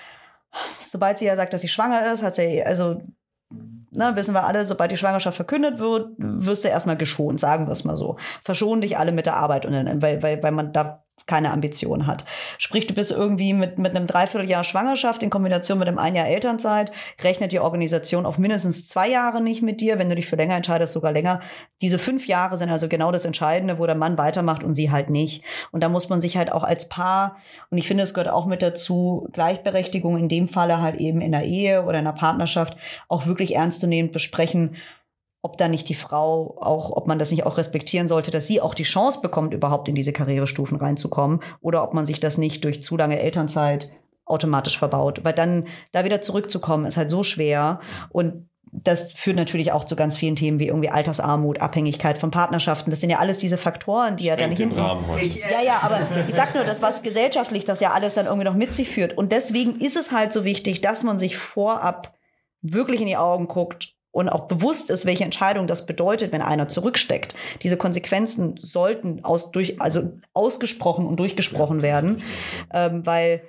sobald sie ja sagt, dass sie schwanger ist, hat sie, also wissen wir alle, sobald die Schwangerschaft verkündet wird, wirst du erstmal geschont, sagen wir es mal so. Verschonen dich alle mit der Arbeit, weil man da keine Ambition hat. Sprich, du bist irgendwie mit einem Dreivierteljahr Schwangerschaft in Kombination mit einem 1 Jahr Elternzeit, rechnet die Organisation auf mindestens 2 Jahre nicht mit dir, wenn du dich für länger entscheidest, sogar länger. Diese 5 Jahre sind also genau das Entscheidende, wo der Mann weitermacht und sie halt nicht. Und da muss man sich halt auch als Paar, und ich finde, es gehört auch mit dazu, Gleichberechtigung in dem Falle halt eben in der Ehe oder in der Partnerschaft auch wirklich ernstzunehmend besprechen, ob da nicht die Frau auch, ob man das nicht auch respektieren sollte, dass sie auch die Chance bekommt, überhaupt in diese Karrierestufen reinzukommen, oder ob man sich das nicht durch zu lange Elternzeit automatisch verbaut. Weil dann da wieder zurückzukommen, ist halt so schwer. Und das führt natürlich auch zu ganz vielen Themen wie irgendwie Altersarmut, Abhängigkeit von Partnerschaften. Das sind ja alles diese Faktoren, die ja dann hinten... Ja, aber ich sag nur, das was gesellschaftlich das ja alles dann irgendwie noch mit sich führt. Und deswegen ist es halt so wichtig, dass man sich vorab wirklich in die Augen guckt und auch bewusst ist, welche Entscheidung das bedeutet, wenn einer zurücksteckt. Diese Konsequenzen sollten ausgesprochen und durchgesprochen werden, weil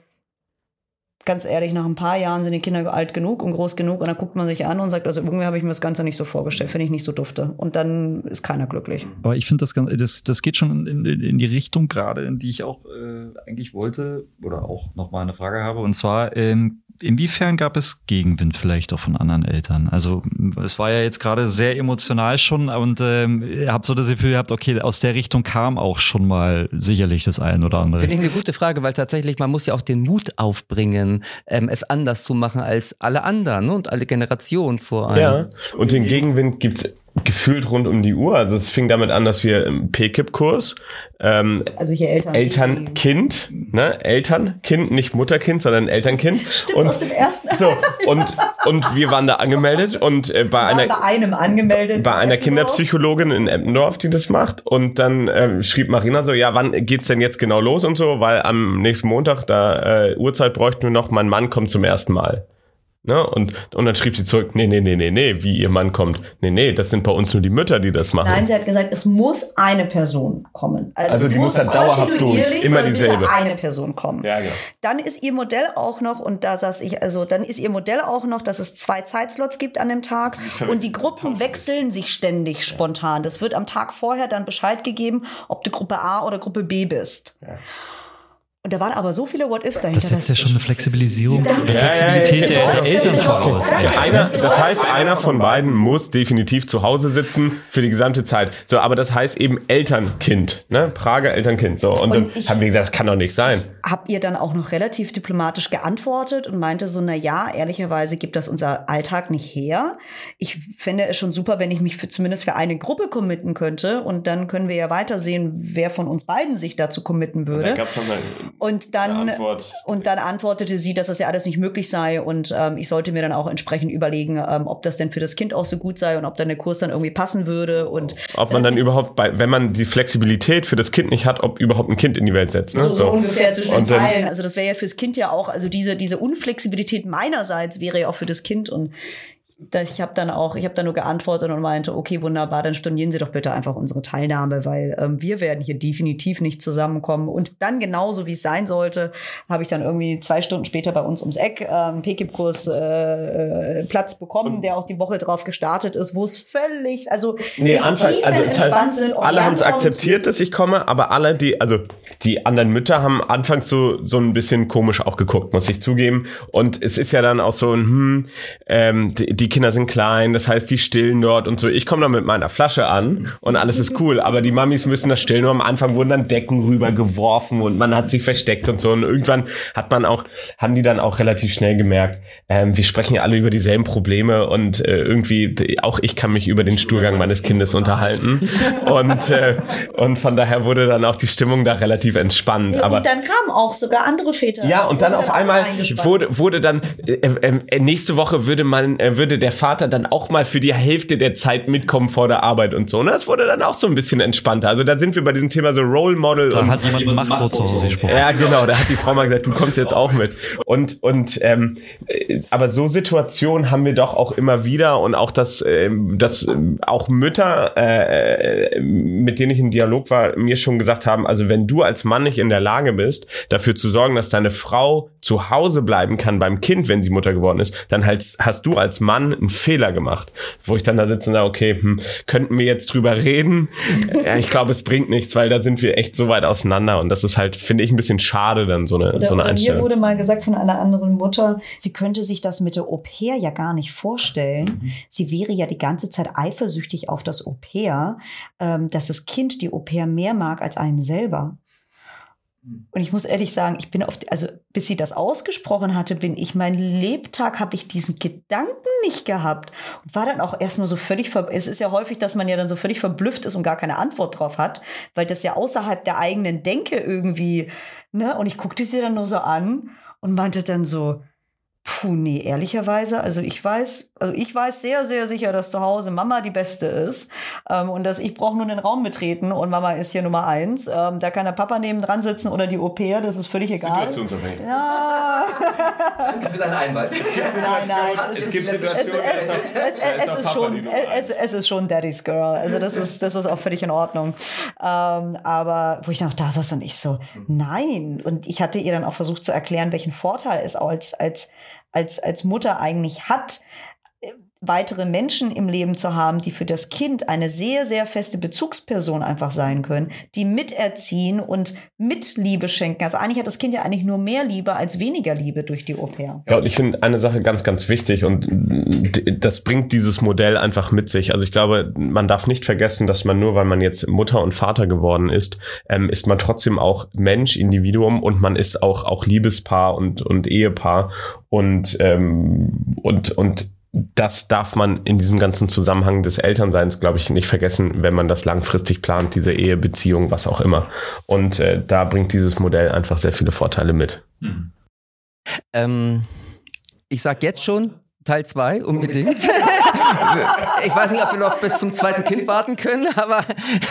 ganz ehrlich, nach ein paar Jahren sind die Kinder alt genug und groß genug und dann guckt man sich an und sagt, also irgendwie habe ich mir das Ganze nicht so vorgestellt, finde ich nicht so dufte. Und dann ist keiner glücklich. Aber ich finde, das geht schon in die Richtung gerade, in die ich auch eigentlich wollte oder auch nochmal eine Frage habe. Und zwar, inwiefern gab es Gegenwind vielleicht auch von anderen Eltern? Also es war ja jetzt gerade sehr emotional schon und habe so das Gefühl gehabt, okay, aus der Richtung kam auch schon mal sicherlich das ein oder andere. Finde ich eine gute Frage, weil tatsächlich man muss ja auch den Mut aufbringen, es anders zu machen als alle anderen, ne? Und alle Generationen vor allem. Ja, und den Gegenwind gibt's gefühlt rund um die Uhr. Also es fing damit an, dass wir im PKIP-Kurs also hier Eltern-Kind, ne? Eltern-Kind, nicht Mutter-Kind, sondern Eltern-Kind. Stimmt, und aus dem ersten. So, und wir waren da angemeldet und bei einer Kinderpsychologin in Eppendorf, die das macht. Und dann schrieb Marina so, ja, wann geht's denn jetzt genau los und so, weil am nächsten Montag, da Uhrzeit bräuchten wir noch, mein Mann kommt zum ersten Mal. Ne? Und dann schrieb sie zurück, nee, wie ihr Mann kommt. Nee, das sind bei uns nur die Mütter, die das machen. Nein, sie hat gesagt, es muss eine Person kommen. Also die muss dann dauerhaft durch, immer dieselbe. Eine Person kommen. Ja, genau. Dann ist ihr Modell auch noch, und da saß ich, dann ist ihr Modell auch noch, dass es 2 Zeitslots gibt an dem Tag und die Gruppen wechseln sich ständig spontan. Das wird am Tag vorher dann Bescheid gegeben, ob du Gruppe A oder Gruppe B bist. Ja. Und da waren aber so viele What-Ifs dahinter. Das setzt ja schon eine Flexibilisierung, eine Flexibilität der Eltern voraus. Das heißt, einer von beiden muss definitiv zu Hause sitzen für die gesamte Zeit. So, aber das heißt eben Elternkind, ne? Prager Elternkind. So, und dann haben wir gesagt, das kann doch nicht sein. Habt ihr dann auch noch relativ diplomatisch geantwortet und meinte so, na ja, ehrlicherweise gibt das unser Alltag nicht her. Ich fände es schon super, wenn ich mich zumindest für eine Gruppe committen könnte und dann können wir ja weitersehen, wer von uns beiden sich dazu committen würde. Da gab's noch Und dann antwortete sie, dass das ja alles nicht möglich sei und ich sollte mir dann auch entsprechend überlegen, ob das denn für das Kind auch so gut sei und ob dann der Kurs dann irgendwie passen würde. Und ob man dann überhaupt, wenn man die Flexibilität für das Kind nicht hat, ob überhaupt ein Kind in die Welt setzt. Ne? So ungefähr zwischen den Zeilen. Also das wäre ja fürs Kind ja auch, also diese Unflexibilität meinerseits wäre ja auch für das Kind und ich habe dann nur geantwortet und meinte, okay, wunderbar, dann stornieren Sie doch bitte einfach unsere Teilnahme, weil wir werden hier definitiv nicht zusammenkommen. Und dann genauso, wie es sein sollte, habe ich dann irgendwie 2 Stunden später bei uns ums Eck einen PKIP-Kurs Platz bekommen, der auch die Woche drauf gestartet ist, wo es völlig, alle haben es akzeptiert, dass ich komme, aber alle, die anderen Mütter haben anfangs so ein bisschen komisch auch geguckt, muss ich zugeben. Und es ist ja dann auch so die Kinder sind klein, das heißt, die stillen dort und so. Ich komme dann mit meiner Flasche an und alles ist cool, aber die Mamis müssen das stillen. Und am Anfang wurden dann Decken rübergeworfen und man hat sich versteckt und so. Und irgendwann haben die dann auch relativ schnell gemerkt, wir sprechen ja alle über dieselben Probleme und irgendwie, auch ich kann mich über den Stuhlgang meines Kindes unterhalten. Und von daher wurde dann auch die Stimmung da relativ entspannt. Ja, aber und dann kamen auch sogar andere Väter. Ja, und dann auf einmal wurde dann nächste Woche würde der Vater dann auch mal für die Hälfte der Zeit mitkommen vor der Arbeit und so. Ne? Das wurde dann auch so ein bisschen entspannter. Also da sind wir bei diesem Thema so Role Model. Da hat jemand Macht zu Hause gesprochen. Ja, genau. Da hat die Frau mal gesagt, du kommst jetzt auch mit. Aber so Situationen haben wir doch auch immer wieder und auch dass auch Mütter, mit denen ich in Dialog war, mir schon gesagt haben, also wenn du als Mann nicht in der Lage bist, dafür zu sorgen, dass deine Frau zu Hause bleiben kann beim Kind, wenn sie Mutter geworden ist, dann hast du als Mann einen Fehler gemacht. Wo ich dann da sitze und sage, okay, könnten wir jetzt drüber reden? Ja, ich glaube, es bringt nichts, weil da sind wir echt so weit auseinander und das ist halt, finde ich, ein bisschen schade dann so eine Einstellung. Mir wurde mal gesagt von einer anderen Mutter, sie könnte sich das mit der Au-pair ja gar nicht vorstellen. Sie wäre ja die ganze Zeit eifersüchtig auf das Au-pair, dass das Kind die Au-pair mehr mag als einen selber. Und ich muss ehrlich sagen, bis sie das ausgesprochen hatte, mein Lebtag habe ich diesen Gedanken nicht gehabt und war dann auch erstmal so völlig es ist ja häufig, dass man ja dann so völlig verblüfft ist und gar keine Antwort drauf hat, weil das ja außerhalb der eigenen Denke irgendwie, ne, und ich guckte sie dann nur so an und meinte dann so, nee, ehrlicherweise, ich weiß sehr, sehr sicher, dass zu Hause Mama die Beste ist und dass ich brauche nur den Raum betreten und Mama ist hier Nummer 1. Da kann der Papa nebendran sitzen oder die Au-pair, das ist völlig egal. Situationsabhängig. Ja. Danke für deinen Einwand. Nein, es gibt Situationen, es ist schon Daddy's Girl. Also das ist auch völlig in Ordnung. Aber wo ich dann auch da saß und ich so, nein. Und ich hatte ihr dann auch versucht zu erklären, welchen Vorteil es als Mutter eigentlich hat, weitere Menschen im Leben zu haben, die für das Kind eine sehr, sehr feste Bezugsperson einfach sein können, die miterziehen und mit Liebe schenken. Also eigentlich hat das Kind ja eigentlich nur mehr Liebe als weniger Liebe durch die Au-pair. Ja, und ich finde eine Sache ganz, ganz wichtig und das bringt dieses Modell einfach mit sich. Also ich glaube, man darf nicht vergessen, dass man nur, weil man jetzt Mutter und Vater geworden ist man trotzdem auch Mensch, Individuum und man ist auch Liebespaar und Ehepaar und das darf man in diesem ganzen Zusammenhang des Elternseins, glaube ich, nicht vergessen, wenn man das langfristig plant, diese Ehe, Beziehung, was auch immer. Und da bringt dieses Modell einfach sehr viele Vorteile mit. Ich sag jetzt schon Teil 2 unbedingt. Ich weiß nicht, ob wir noch bis zum zweiten Kind warten können, aber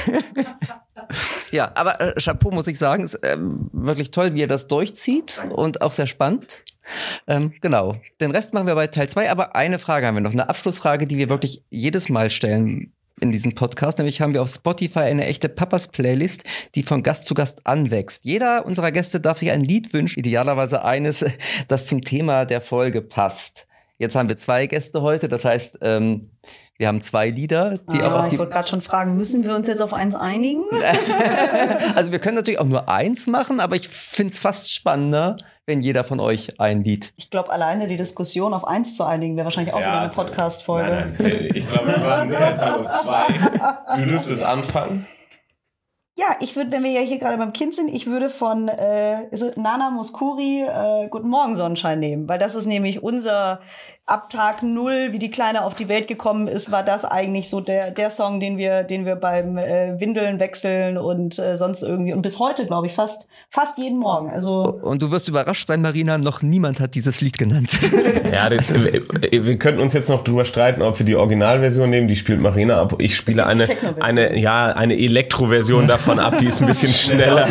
ja, aber Chapeau, muss ich sagen, ist wirklich toll, wie ihr das durchzieht und auch sehr spannend. Genau, den Rest machen wir bei Teil 2, aber eine Frage haben wir noch, eine Abschlussfrage, die wir wirklich jedes Mal stellen in diesem Podcast, nämlich haben wir auf Spotify eine echte Papas-Playlist, die von Gast zu Gast anwächst. Jeder unserer Gäste darf sich ein Lied wünschen, idealerweise eines, das zum Thema der Folge passt. Jetzt haben wir 2 Gäste heute, das heißt, wir haben 2 Lieder, die auch auf die... Ich wollte gerade schon fragen, müssen wir uns jetzt auf eins einigen? Also wir können natürlich auch nur 1 machen, aber ich finde es fast spannender, wenn jeder von euch ein Lied... Ich glaube, alleine die Diskussion auf 1 zu einigen wäre wahrscheinlich auch wieder eine Podcast-Folge. Nein, ich glaube, wir machen jetzt um 2. Du dürftest anfangen. Ja, ich würde, wenn wir ja hier gerade beim Kind sind, ich würde von Nana Mouskouri Guten Morgen Sonnenschein nehmen, weil das ist nämlich unser ab Tag 0, wie die Kleine auf die Welt gekommen ist, war das eigentlich so der Song, den wir beim Windeln wechseln und sonst irgendwie und bis heute, glaube ich, fast jeden Morgen. Also und du wirst überrascht sein, Marina, noch niemand hat dieses Lied genannt. Ja, wir könnten uns jetzt noch drüber streiten, ob wir die Originalversion nehmen, die spielt Marina ab. Ich spiele eine Elektro-Version davon ab, die ist ein bisschen schneller.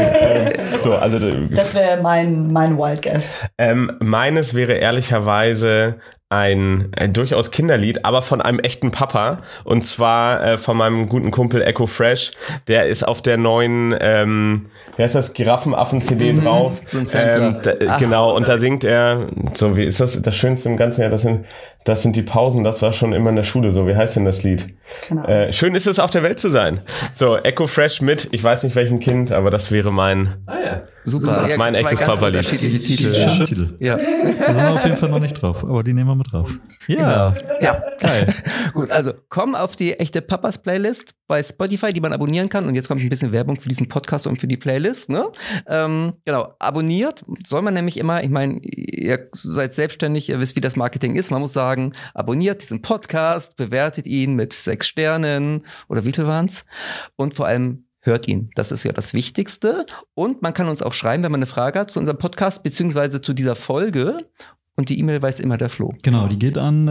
Das wäre mein Wild Guess. Meines wäre ehrlicherweise ein durchaus Kinderlied, aber von einem echten Papa, und zwar von meinem guten Kumpel Echo Fresh. Der ist auf der neuen wie heißt das, Giraffenaffen-CD drauf. So ein genau, und da singt er, so wie ist das Schönste im ganzen Jahr, das sind Das sind die Pausen, das war schon immer in der Schule so. Wie heißt denn das Lied? Genau. Schön ist es, auf der Welt zu sein. So, Echo Fresh mit, ich weiß nicht welchem Kind, aber das wäre mein... Super. Ja, mein echtes Papa-Lied. Titel. Ja. Da sind wir auf jeden Fall noch nicht drauf, aber die nehmen wir mit drauf. Ja. Genau. Ja, geil. Gut, also komm auf die echte Papas Playlist bei Spotify, die man abonnieren kann. Und jetzt kommt ein bisschen Werbung für diesen Podcast und für die Playlist. Ne? Genau, abonniert soll man nämlich immer, ich meine, ihr seid selbstständig, ihr wisst, wie das Marketing ist. Man muss sagen, abonniert diesen Podcast, bewertet ihn mit 6 Sternen oder wie viel waren's? Und vor allem hört ihn. Das ist ja das Wichtigste. Und man kann uns auch schreiben, wenn man eine Frage hat zu unserem Podcast, beziehungsweise zu dieser Folge. Und die E-Mail weiß immer der Flo. Genau, die geht an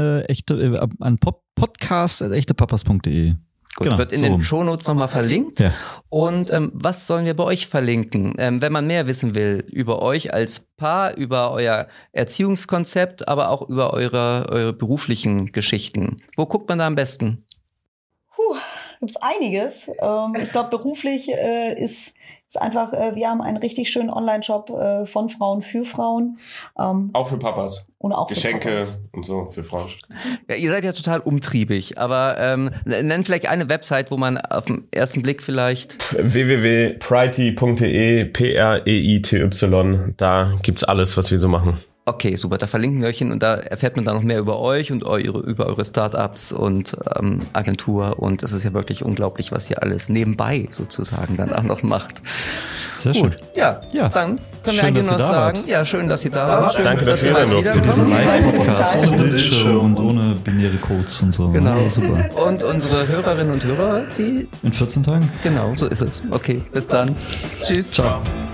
podcast@echtepapas.de. Gut, genau, wird in den Shownotes nochmal verlinkt. Ja. Und was sollen wir bei euch verlinken? Wenn man mehr wissen will über euch als Paar, über euer Erziehungskonzept, aber auch über eure beruflichen Geschichten. Wo guckt man da am besten? Gibt's einiges. Ich glaube, beruflich ist einfach, wir haben einen richtig schönen Online-Shop von Frauen für Frauen. Auch für Papas. Und auch Geschenke für Papas. Und so für Frauen. Ja, ihr seid ja total umtriebig, aber nennt vielleicht eine Website, wo man auf den ersten Blick vielleicht... www.preity.de, Preity, da gibt's alles, was wir so machen. Okay, super, da verlinken wir euch hin und da erfährt man dann noch mehr über euch und über eure Startups und Agentur und es ist ja wirklich unglaublich, was ihr alles nebenbei sozusagen dann auch noch macht. Sehr schön. Ja, dann können wir eigentlich noch sagen, ja, schön, dass ihr da wart. Danke, dass ihr da durften. Für diesen Live-Podcast ohne Bildschirm und ohne binäre Codes und so. Genau. Ja, super. Und unsere Hörerinnen und Hörer, die... In 14 Tagen? Genau, so ist es. Okay, bis dann. Tschüss. Ciao.